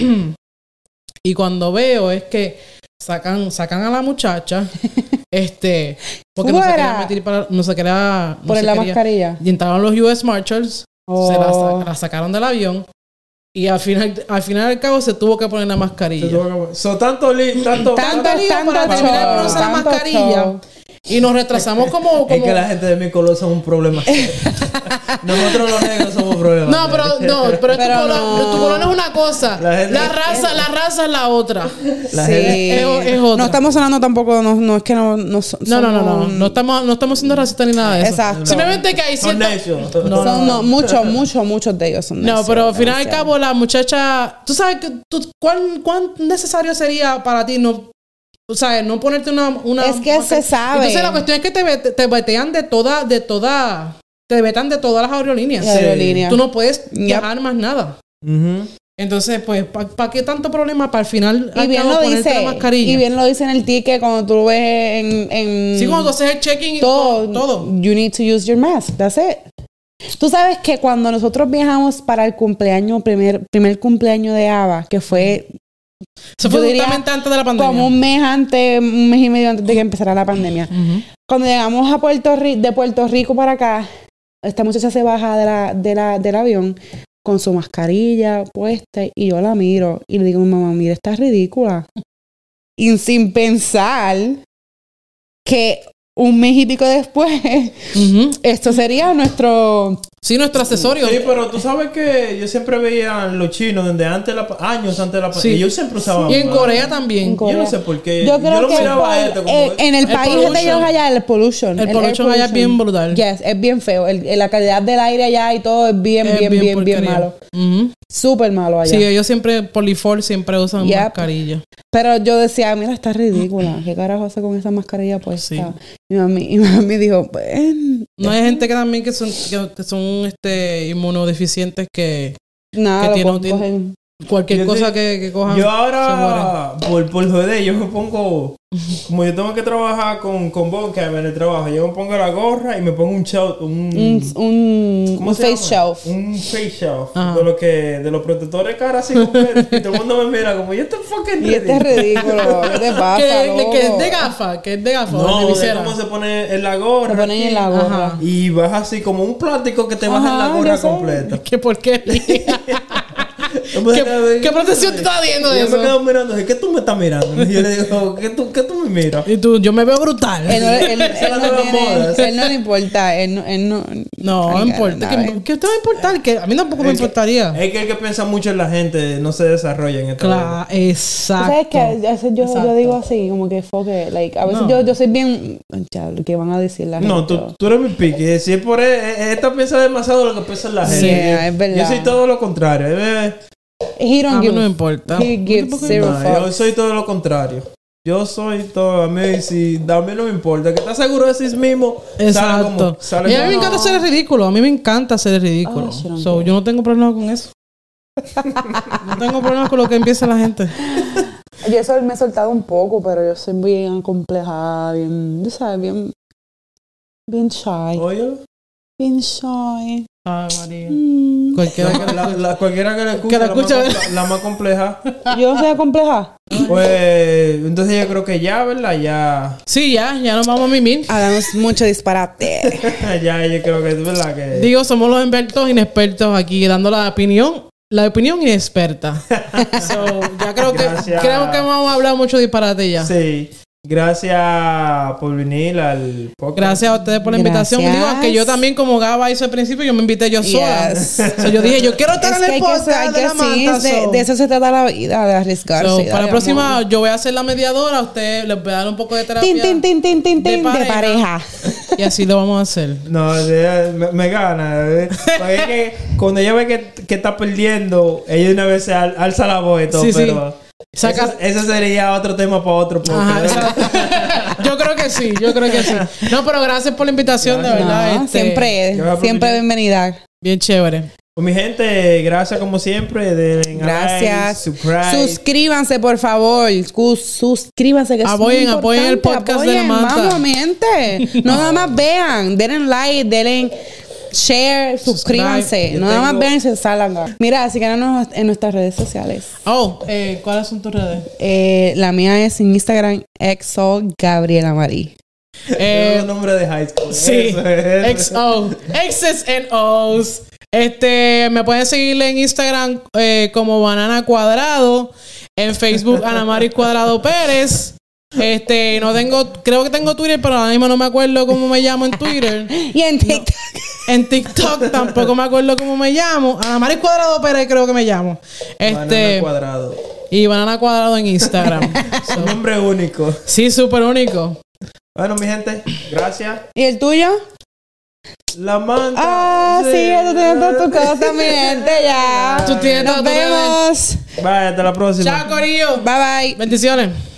Speaker 2: Y cuando veo es que sacan, sacan a la muchacha, este, porque no se quería meter para, no se quería, no
Speaker 3: por
Speaker 2: se
Speaker 3: la
Speaker 2: quería,
Speaker 3: mascarilla.
Speaker 2: Y entraron los U S Marshals, oh. se la, la sacaron del avión. Y al final, al final del cabo se tuvo que poner la mascarilla.
Speaker 1: Que... So, tanto li, tanto,
Speaker 2: tanto, tanto lío tanto para terminar de ponerse la mascarilla. Show. Y nos retrasamos como, como...
Speaker 1: Es que la gente de mi color son un problema. Nosotros los negros somos un problema.
Speaker 2: No, pero, no, pero, pero tu, color,
Speaker 3: no.
Speaker 2: tu color no es una cosa. La, gente... la raza, la raza es la otra.
Speaker 1: La
Speaker 3: sí.
Speaker 1: gente...
Speaker 2: es, es otra.
Speaker 3: No estamos hablando tampoco, no, no es que no... No, somos...
Speaker 2: no, no, no, no. No estamos, no estamos siendo racistas ni nada de eso.
Speaker 3: Exacto.
Speaker 2: Simplemente que hay ciertos...
Speaker 1: Son
Speaker 3: no, no, no. Muchos, muchos, muchos de ellos son
Speaker 2: No, necios, pero al final y al cabo la muchacha... Tú sabes que tú, ¿cuán, cuán necesario sería para ti no... O sea, no ponerte una... una
Speaker 3: es que
Speaker 2: una,
Speaker 3: se sabe.
Speaker 2: Entonces la cuestión es que te, te, te vetean de toda... De toda te vetan de todas las aerolíneas.
Speaker 3: Sí. aerolíneas.
Speaker 2: Tú no puedes
Speaker 3: yep.
Speaker 2: viajar más nada.
Speaker 1: Uh-huh.
Speaker 2: Entonces, pues, ¿para pa qué tanto problema? Para al final...
Speaker 3: Y bien lo dice.
Speaker 2: La mascarilla.
Speaker 3: Y bien lo dice en el ticket cuando tú lo ves en... en
Speaker 2: sí, cuando tú haces el check-in y todo, todo.
Speaker 3: You need to use your mask. That's it. Tú sabes que cuando nosotros viajamos para el cumpleaños, primer, primer cumpleaños de Ava, que fue...
Speaker 2: Eso fue justamente antes de la pandemia.
Speaker 3: Como un mes antes, un mes y medio antes de que empezara la pandemia.
Speaker 2: Uh-huh.
Speaker 3: Cuando llegamos a Puerto Rico, de Puerto Rico para acá, esta muchacha se baja de la, de la, del avión con su mascarilla puesta y yo la miro y le digo, mamá, mira, estás ridícula. Y sin pensar que un mes y pico después, uh-huh. esto sería nuestro...
Speaker 2: Sí, nuestro accesorio.
Speaker 1: Sí, pero tú sabes que yo siempre veía los chinos desde antes de la, años antes de la pandemia. Sí. Ellos siempre usaban.
Speaker 2: Y en Corea también. En
Speaker 3: Corea.
Speaker 1: Yo no sé por qué.
Speaker 3: Yo creo
Speaker 1: yo lo
Speaker 3: que
Speaker 1: miraba
Speaker 3: el,
Speaker 1: esto como
Speaker 3: el, en el, el país pollution. de ellos allá, el pollution.
Speaker 2: El, el pollution allá es bien brutal.
Speaker 3: Yes, es bien feo. El, la calidad del aire allá y todo es bien,
Speaker 2: es
Speaker 3: bien, bien, bien, bien malo.
Speaker 2: Uh-huh.
Speaker 3: Súper malo allá.
Speaker 2: Sí, ellos siempre, por default, siempre usan yep. mascarilla.
Speaker 3: Pero yo decía, mira, está ridícula. ¿Qué carajo hace con esa mascarilla puesta? Sí. Y mami, y mami dijo, pues...
Speaker 2: No hay gente que también que son, que son este, inmunodeficientes que...
Speaker 3: Nada,
Speaker 2: que
Speaker 3: lo
Speaker 2: tienen,
Speaker 3: cogen
Speaker 2: Cualquier
Speaker 1: Yo
Speaker 2: cosa
Speaker 1: sí-
Speaker 2: que, que cojan.
Speaker 1: Yo
Speaker 2: se
Speaker 1: ahora, por, por joder, yo me pongo... Como yo tengo que trabajar con, con Bocam en el trabajo, yo me pongo la gorra y me pongo un show, un...
Speaker 3: Un, un,
Speaker 1: ¿cómo
Speaker 3: un
Speaker 1: se
Speaker 3: face
Speaker 1: llama?
Speaker 3: shelf.
Speaker 1: Un face shelf.
Speaker 2: Ajá.
Speaker 1: De, lo que, de los protectores de cara así completo. Y todo el mundo me mira como, ¿y este fucking
Speaker 3: Y este es ridículo. ¿Qué te pasa,
Speaker 2: Que,
Speaker 3: loco?
Speaker 2: que es de gafa, que es de gafa.
Speaker 1: No,
Speaker 2: de
Speaker 1: de
Speaker 2: visera.
Speaker 1: cómo se pone en la gorra.
Speaker 3: Se ponen
Speaker 1: aquí,
Speaker 3: en la gorra.
Speaker 2: Ajá.
Speaker 1: Y vas así como un plástico que te baja en
Speaker 3: Ajá,
Speaker 1: la gorra
Speaker 3: yo sé.
Speaker 1: completa.
Speaker 2: ¿Qué porquería?
Speaker 1: Yo me
Speaker 2: ¿Qué,
Speaker 1: quedo-
Speaker 2: ¿Qué protección te estás viendo de
Speaker 1: Yo
Speaker 2: eso?
Speaker 1: me quedo mirando, ¿qué tú me estás mirando? Y yo le digo, ¿qué tú, qué tú me miras?
Speaker 2: Y tú, yo me veo brutal.
Speaker 3: Él no, él, él
Speaker 1: Esa es la
Speaker 3: no
Speaker 1: nueva
Speaker 3: tiene-
Speaker 1: moda.
Speaker 3: él no le importa. Él no... Él no,
Speaker 2: No, no
Speaker 3: Ay,
Speaker 2: importa.
Speaker 3: cara,
Speaker 2: ¿Qué, ¿Qué te va a importar? Que a mí tampoco me
Speaker 1: Es que-
Speaker 2: importaría.
Speaker 1: Es que el que piensa mucho en la gente no se desarrolla en esta vida.
Speaker 2: Claro, exacto.
Speaker 3: ¿Sabes qué? A veces yo,
Speaker 2: Exacto.
Speaker 3: yo digo así, como que foque. Like, a veces
Speaker 2: No.
Speaker 3: yo, yo soy bien... Ya, lo que van a decir la
Speaker 1: No,
Speaker 3: gente.
Speaker 1: tú, tú eres mi pique. Si es por él, esta piensa demasiado lo que piensa la
Speaker 3: Sí,
Speaker 1: gente.
Speaker 3: es verdad.
Speaker 1: Yo soy todo lo contrario. Eh,
Speaker 3: He
Speaker 2: A
Speaker 3: don't
Speaker 2: mí
Speaker 3: give
Speaker 2: no me
Speaker 3: a-
Speaker 2: importa.
Speaker 3: He gives
Speaker 2: ¿Por qué?
Speaker 3: zero
Speaker 1: no, yo
Speaker 3: fucks.
Speaker 1: soy todo lo contrario. Yo soy todo. A mí, si, a mí no me importa. Que estás seguro de sí mismo. Sale
Speaker 2: Exacto.
Speaker 1: como, sale
Speaker 2: Y a mí me
Speaker 1: como-
Speaker 2: encanta hacer el ridículo. A mí me encanta hacer el ridículo.
Speaker 3: Oh, shit, I'm
Speaker 2: so,
Speaker 3: good.
Speaker 2: yo no tengo problema con eso. No tengo problema con lo que empieza la gente.
Speaker 3: Yo eso me he soltado un poco, pero yo soy bien acomplejada, bien... Tú sabes, bien... Bien shy.
Speaker 1: Oye,
Speaker 3: Bien shy.
Speaker 2: Ay, María.
Speaker 3: Mm.
Speaker 2: Cualquiera que
Speaker 1: la, la- la- cualquiera que la escuche,
Speaker 2: Que la
Speaker 1: la, más,
Speaker 2: escuche.
Speaker 1: comple- la más compleja.
Speaker 3: Yo soy acomplejada.
Speaker 1: Pues entonces yo creo que ya, ¿verdad? Ya.
Speaker 2: Sí, ya, ya nos vamos a mimir.
Speaker 3: Hablamos mucho disparate.
Speaker 1: Ya, yo creo que es verdad que.
Speaker 2: Digo, somos los expertos inexpertos aquí dando la opinión, la opinión inexperta. So, ya creo que
Speaker 1: Gracias.
Speaker 2: creo que vamos a hablar mucho disparate ya.
Speaker 1: Sí. Gracias por venir al podcast.
Speaker 2: Gracias a ustedes por la
Speaker 3: Gracias.
Speaker 2: invitación. Digo, que yo también, como Gaba hizo al principio, yo me invité yo sola.
Speaker 3: Yes.
Speaker 2: So, yo dije, yo quiero estar
Speaker 3: Es
Speaker 2: en
Speaker 3: que
Speaker 2: el
Speaker 3: hay que,
Speaker 2: podcast
Speaker 3: hay
Speaker 2: de
Speaker 3: que
Speaker 2: la
Speaker 3: sí,
Speaker 2: Manta.
Speaker 3: de,
Speaker 2: so-
Speaker 3: de eso se trata la vida, de arriesgarse.
Speaker 2: so,
Speaker 3: y
Speaker 2: para la
Speaker 3: darle
Speaker 2: próxima,
Speaker 3: amor.
Speaker 2: yo voy a hacer la mediadora. A usted les voy a dar un poco de terapia.
Speaker 3: Tin, tin, tin, tin, tin,
Speaker 2: de
Speaker 3: tin, de
Speaker 2: pareja.
Speaker 3: pareja.
Speaker 2: Y así lo vamos a hacer.
Speaker 1: No, ella me, me gana. ¿eh? Porque es que cuando ella ve que, que está perdiendo, ella de una vez se al- alza la voz y todo,
Speaker 2: Sí, sí.
Speaker 1: pero.
Speaker 2: Saca-
Speaker 1: Eso, eso sería otro tema para otro podcast.
Speaker 2: Ajá, exacto. Yo creo que sí, yo creo que sí. No, pero gracias por la invitación, de verdad.
Speaker 3: No,
Speaker 2: este,
Speaker 3: siempre,
Speaker 1: yo voy a
Speaker 3: siempre
Speaker 1: proponer-
Speaker 3: bienvenida.
Speaker 2: Bien chévere.
Speaker 1: Pues mi gente, gracias como siempre. Denle
Speaker 3: Gracias.
Speaker 1: like, subscribe.
Speaker 3: Suscríbanse, por favor. Sus- Suscríbanse. Que
Speaker 2: Apoyen,
Speaker 3: es muy
Speaker 2: apoyen el
Speaker 3: importante.
Speaker 2: podcast de la
Speaker 3: Apoyen,
Speaker 2: Manta.
Speaker 3: Vamos, mi gente. No nada más vean. Denle like, denle share, suscríbanse.
Speaker 1: Yo
Speaker 3: No nada más
Speaker 1: tengo-
Speaker 3: vean y se salgan. Mira, síganos en nuestras redes sociales.
Speaker 2: Oh, eh, ¿cuáles son tus redes?
Speaker 3: Eh, la mía es en Instagram, exo Gabriela Marí.
Speaker 2: Eh,
Speaker 1: Es un nombre de high school.
Speaker 2: Sí,
Speaker 1: Eso es.
Speaker 2: X O. X's and O's. Este, me pueden seguir en Instagram eh, como Banana Cuadrado. En Facebook, Ana Maris Cuadrado Pérez. Este, no tengo, creo que tengo Twitter, pero ahora mismo no me acuerdo cómo me llamo en Twitter.
Speaker 3: Y en TikTok.
Speaker 2: En TikTok tampoco me acuerdo cómo me llamo. Ana Maris Cuadrado Pérez creo que me llamo. Este,
Speaker 1: Banana cuadrado.
Speaker 2: y Banana Cuadrado en Instagram.
Speaker 1: Un nombre único.
Speaker 2: Sí, súper único.
Speaker 1: Bueno, mi gente, gracias.
Speaker 3: ¿Y el tuyo?
Speaker 1: La manta.
Speaker 3: Ah, sí, tú tienes todas tus cosas, mi gente, ya.
Speaker 2: Tú tienes
Speaker 3: Nos
Speaker 2: todas tus redes.
Speaker 3: vemos.
Speaker 1: Bye, hasta la próxima.
Speaker 2: Chao, Corillo.
Speaker 3: Bye, bye.
Speaker 2: Bendiciones.